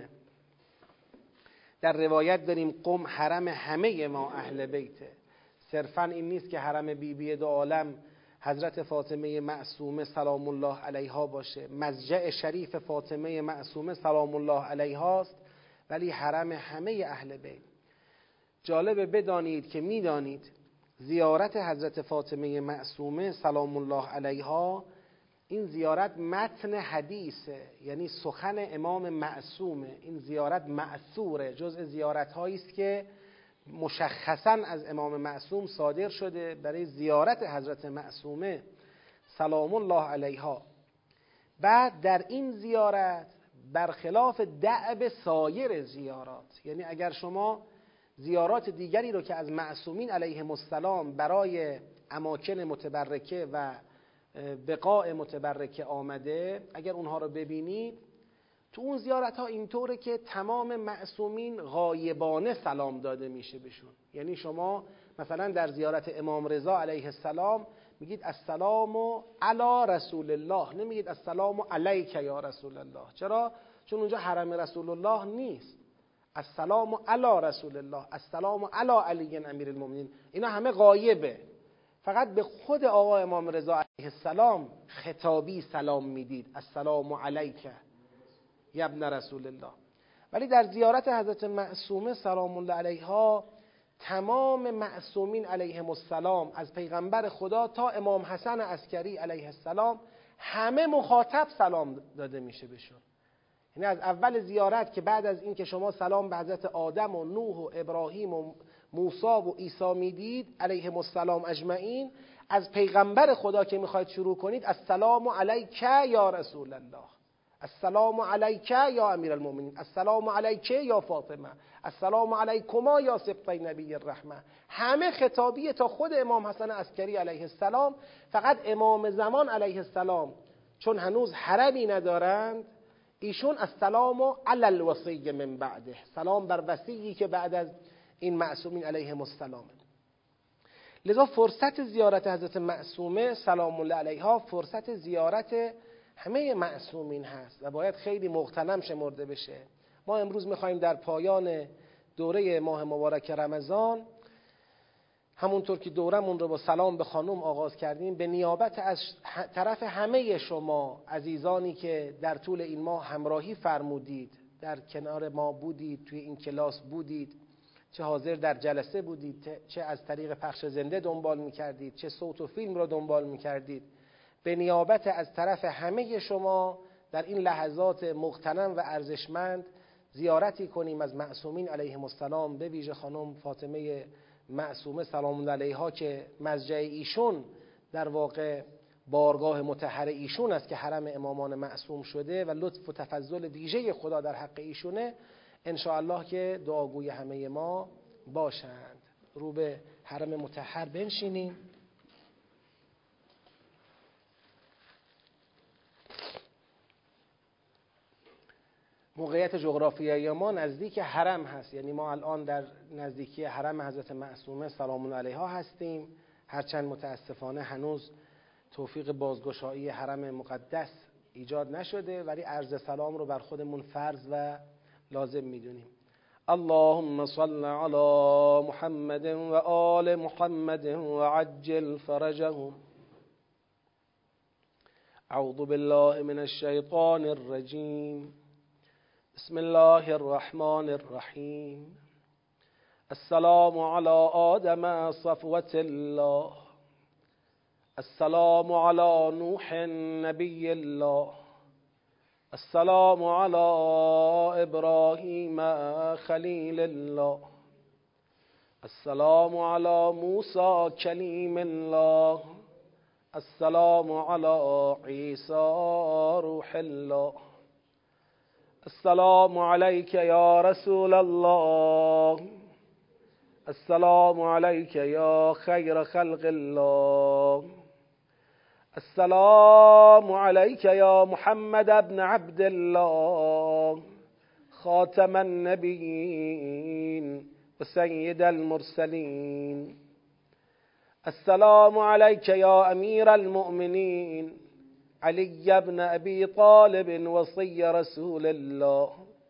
در روایت داریم قم حرم همه ما اهل بیته. صرفا این نیست که حرم بیبی دو عالم حضرت فاطمه معصومه سلام الله علیها باشه، مضجع شریف فاطمه معصومه سلام الله علیها است، ولی حرم همه اهل بیت. جالبه بدانید که میدانید زیارت حضرت فاطمه معصومه سلام الله علیها، این زیارت متن حدیثه، یعنی سخن امام معصومه. این زیارت مأثوره، جزء زیارت هایی است که مشخصا از امام معصوم صادر شده برای زیارت حضرت معصومه سلام الله علیها. بعد در این زیارت برخلاف دأب سایر زیارات، یعنی اگر شما زیارات دیگری رو که از معصومین علیهم السلام برای اماکن متبرکه و بقاع متبرکه آمده، اگر اونها رو ببینید، تو اون زیارت ها اینطوره که تمام معصومین غایبانه سلام داده میشه بهشون. یعنی شما مثلا در زیارت امام رضا علیه السلام میگید السلام علی رسول الله، نمیگید السلام علیک یا رسول الله. چرا؟ چون اونجا حرم رسول الله نیست. السلام علی رسول الله، السلام علی علی امیر المؤمنین، اینا همه غایبه. فقط به خود آقا امام رضا علیه السلام خطابی سلام میدید، السلام علیک یا ابن رسول الله. ولی در زیارت حضرت معصومه سلام الله علیها، تمام معصومین علیهم السلام از پیغمبر خدا تا امام حسن عسکری علیه السلام همه مخاطب سلام داده میشه بهشون. یعنی از اول زیارت که بعد از این که شما سلام به حضرت آدم و نوح و ابراهیم و موسی و عیسی میدید علیهم السلام اجمعین، از پیغمبر خدا که میخواید شروع کنید السلام علیک یا رسول الله، السلام علیک یا امیر المؤمنین، السلام علیک یا فاطمه، السلام علیکما یا سبطی نبی الرحمه. همه خطابیه تا خود امام حسن عسکری علیه السلام. فقط امام زمان علیه السلام چون هنوز حرمی ندارند، ایشون السلام علی الوصی من بعده، سلام بر وصیی که بعد از این معصومین علیهم السلام. لذا فرصت زیارت حضرت معصومه سلام الله علیها فرصت زیارت همه معصومین هست و باید خیلی مغتنم شمرده بشه. ما امروز میخوایم در پایان دوره ماه مبارک رمضان، همونطور که دورمون رو با سلام به خانم آغاز کردیم، به نیابت از طرف همه شما عزیزانی که در طول این ماه همراهی فرمودید، در کنار ما بودید، توی این کلاس بودید، چه حاضر در جلسه بودید، چه از طریق پخش زنده دنبال میکردید، چه صوت و فیلم رو دنبال میکردید، به نیابت از طرف همه شما در این لحظات مغتنم و ارزشمند زیارتی کنیم از معصومین علیهم السلام، به ویژه خانم فاطمه معصومه سلام الله علیها که مضجع ایشون در واقع بارگاه مطهر ایشون است که حرم امامان معصوم شده و لطف و تفضل ویژه خدا در حق ایشونه، ان شاء الله که دعاگوی همه ما باشند. رو به حرم مطهر بنشینیم. موقعیت جغرافیایی ما نزدیک حرم هست، یعنی ما الان در نزدیکی حرم حضرت معصومه سلام الله علیها هستیم، هرچند متاسفانه هنوز توفیق بازگشایی حرم مقدس ایجاد نشده، ولی عرض سلام رو بر خودمون فرض و لازم میدونیم. اللهم صل علی محمد و آل محمد و عجل فرجهم. اعوذ بالله من الشیطان الرجیم. بسم الله الرحمن الرحیم. السلام علی آدم صفوة الله. السلام علی نوح نبی الله. السلام علی ابراهیم خلیل الله. السلام علی موسی کلیم الله. السلام علی عیسی روح الله. السلام علیک یا رسول الله. السلام علیک یا خیر خلق الله. السلام علیک یا محمد ابن عبد الله خاتم النبیین و سید المرسلین. السلام علیک یا امیر المؤمنین علی بن ابی طالب وصی رسول الله.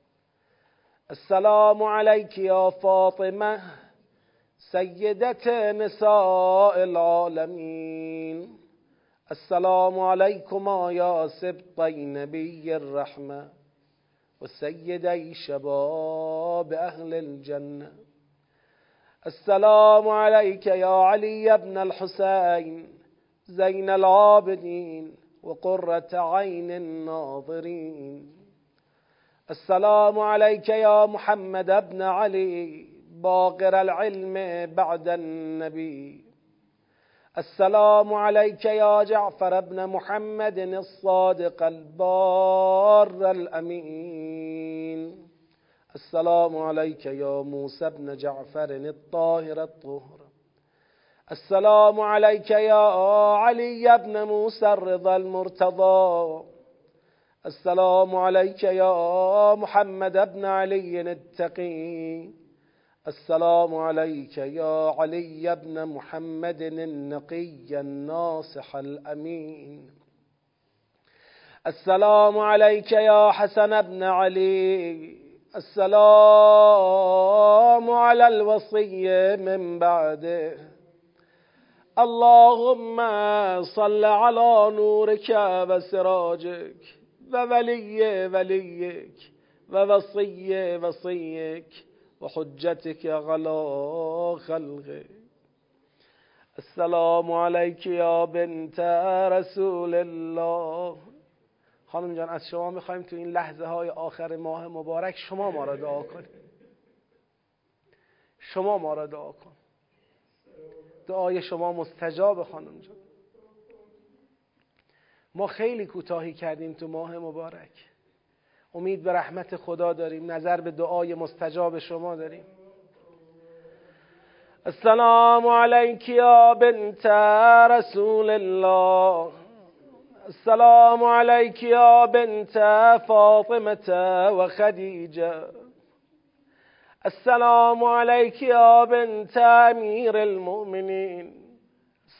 السلام علیک یا فاطمه سیدت نساء العالمین. السلام علیکما یا سبطی نبی الرحمه و سیدی شباب اهل الجنه. السلام علیک یا علی بن الحسین زین العابدین و قرة عین الناظرین. السلام علیک یا محمد ابن علی باقر العلم بعد النبی. السلام علیک یا جعفر ابن محمد الصادق البار الامین. السلام علیک یا موسی ابن جعفر الطاهر الطهر. السلام علیک یا علی ابن موسی الرضا المرتضى. السلام علیک یا محمد ابن علی التقی. السلام علیک یا علی ابن محمد النقی الناصح الامین. السلام علیک یا حسن ابن علی. السلام علی الوصی من بعده. اللهم صل على نورك و سراجك و ولی ولیك و وصی وصیك و حجتك على خلقك. السلام علیک یا بنت رسول الله. خانم جان از شما میخوایم تو این لحظه های آخر ماه مبارک شما ما را دعا کنید. شما ما را دعا کن. دعای شما مستجاب خانم جان. ما خیلی کوتاهی کردیم تو ماه مبارک. امید به رحمت خدا داریم، نظر به دعای مستجاب شما داریم. السلام علیک یا بنت رسول الله. السلام علیک یا بنت فاطمه و خدیجه. السلام علیک یا بنت امیر المؤمنین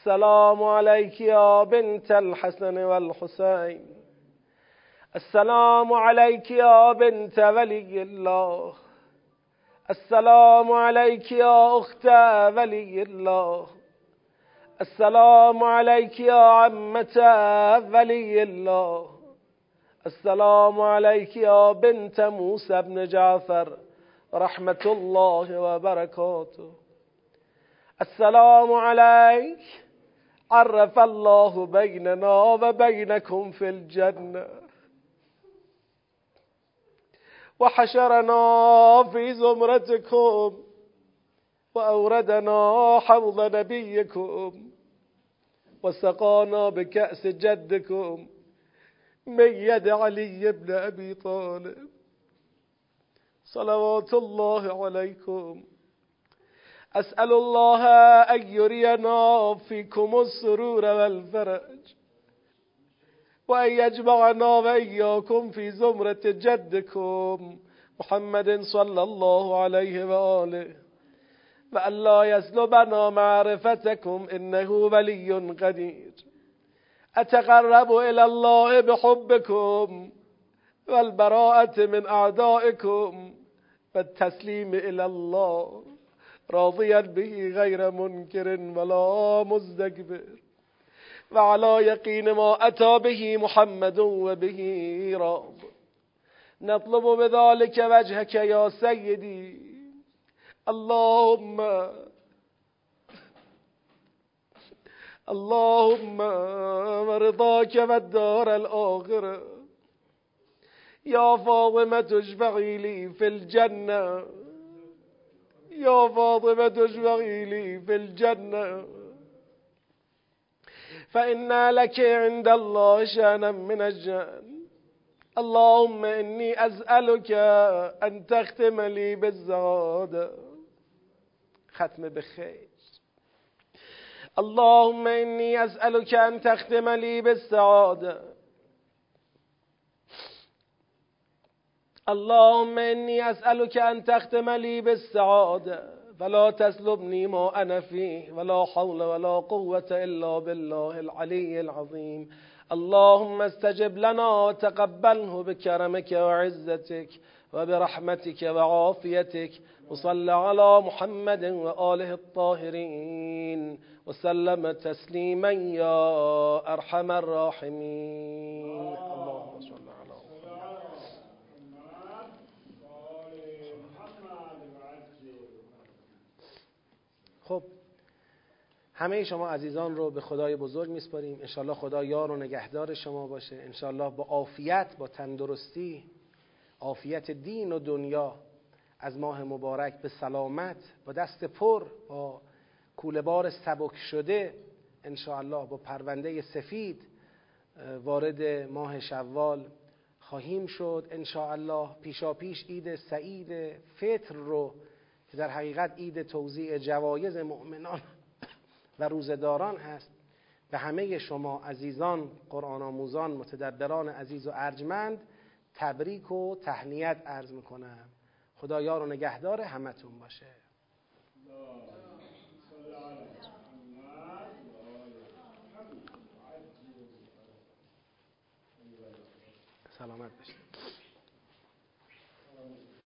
السلام عليك يا بنت الحسن والحسين. السلام عليك يا بنت ولي الله. السلام عليك يا أخت ولي الله. السلام عليك يا عمة ولي الله. السلام عليك يا بنت موسى بن جعفر رحمة الله وبركاته. السلام عليك عرف الله بيننا وبينكم في الجنة وحشرنا في زمرتكم وأوردنا حوض نبيكم وسقانا بكأس جدكم من يد علي بن أبي طالب صلوات الله عليكم. أسأل الله أن يرينا فيكم السرور والفرج وأن يجمعنا وإياكم في زمرة جدكم محمد صلى الله عليه وآله وأن لا يسلبنا معرفتكم إنه ولي قدير. أتقرب إلى الله بحبكم والبراءة من أعدائكم والتسليم إلى الله راضيا به غير منكر ولا مستكبر وعلى يقين ما أتى به محمد وبه راض. نطلب بذلك وجهك يا سيدي اللهم ورضاك والدار الآخرة. يا فاطمة اشفعي لي في الجنة. يا فاطمة اشفعي لي في الجنة فإن لك عند الله شأنا من الجنة. اللهم إني أسألك أن تختم لي بالسعادة. ختم بخير. اللهم إني أسألك أن تختم لي بالسعادة. اللهم إني أسألك أن تختم لي بالسعادة فلا تسلبني ما أنا فيه ولا حول ولا قوة إلا بالله العلي العظيم. اللهم استجب لنا وتقبله بكرمك وعزتك وبرحمتك وعافيتك وصل على محمد وآله الطاهرين وسلم تسليما يا أرحم الراحمين. اللهم صل على خب همه شما عزیزان رو به خدای بزرگ میسپاریم. انشالله خدا یار و نگهدار شما باشه. انشالله با عافیت، با تندرستی، عافیت دین و دنیا از ماه مبارک به سلامت، با دست پر، با کوله‌بار سبک شده، انشالله با پرونده سفید وارد ماه شوال خواهیم شد. انشالله پیشا پیش عید سعید فطر رو که در حقیقت عید توزیع جوایز مؤمنان و روزداران هست و همه شما عزیزان قرآن آموزان متدبران عزیز و ارجمند تبریک و تهنیت عرض میکنم. خدا یار و نگهدار همتون باشه. سلامت باشید.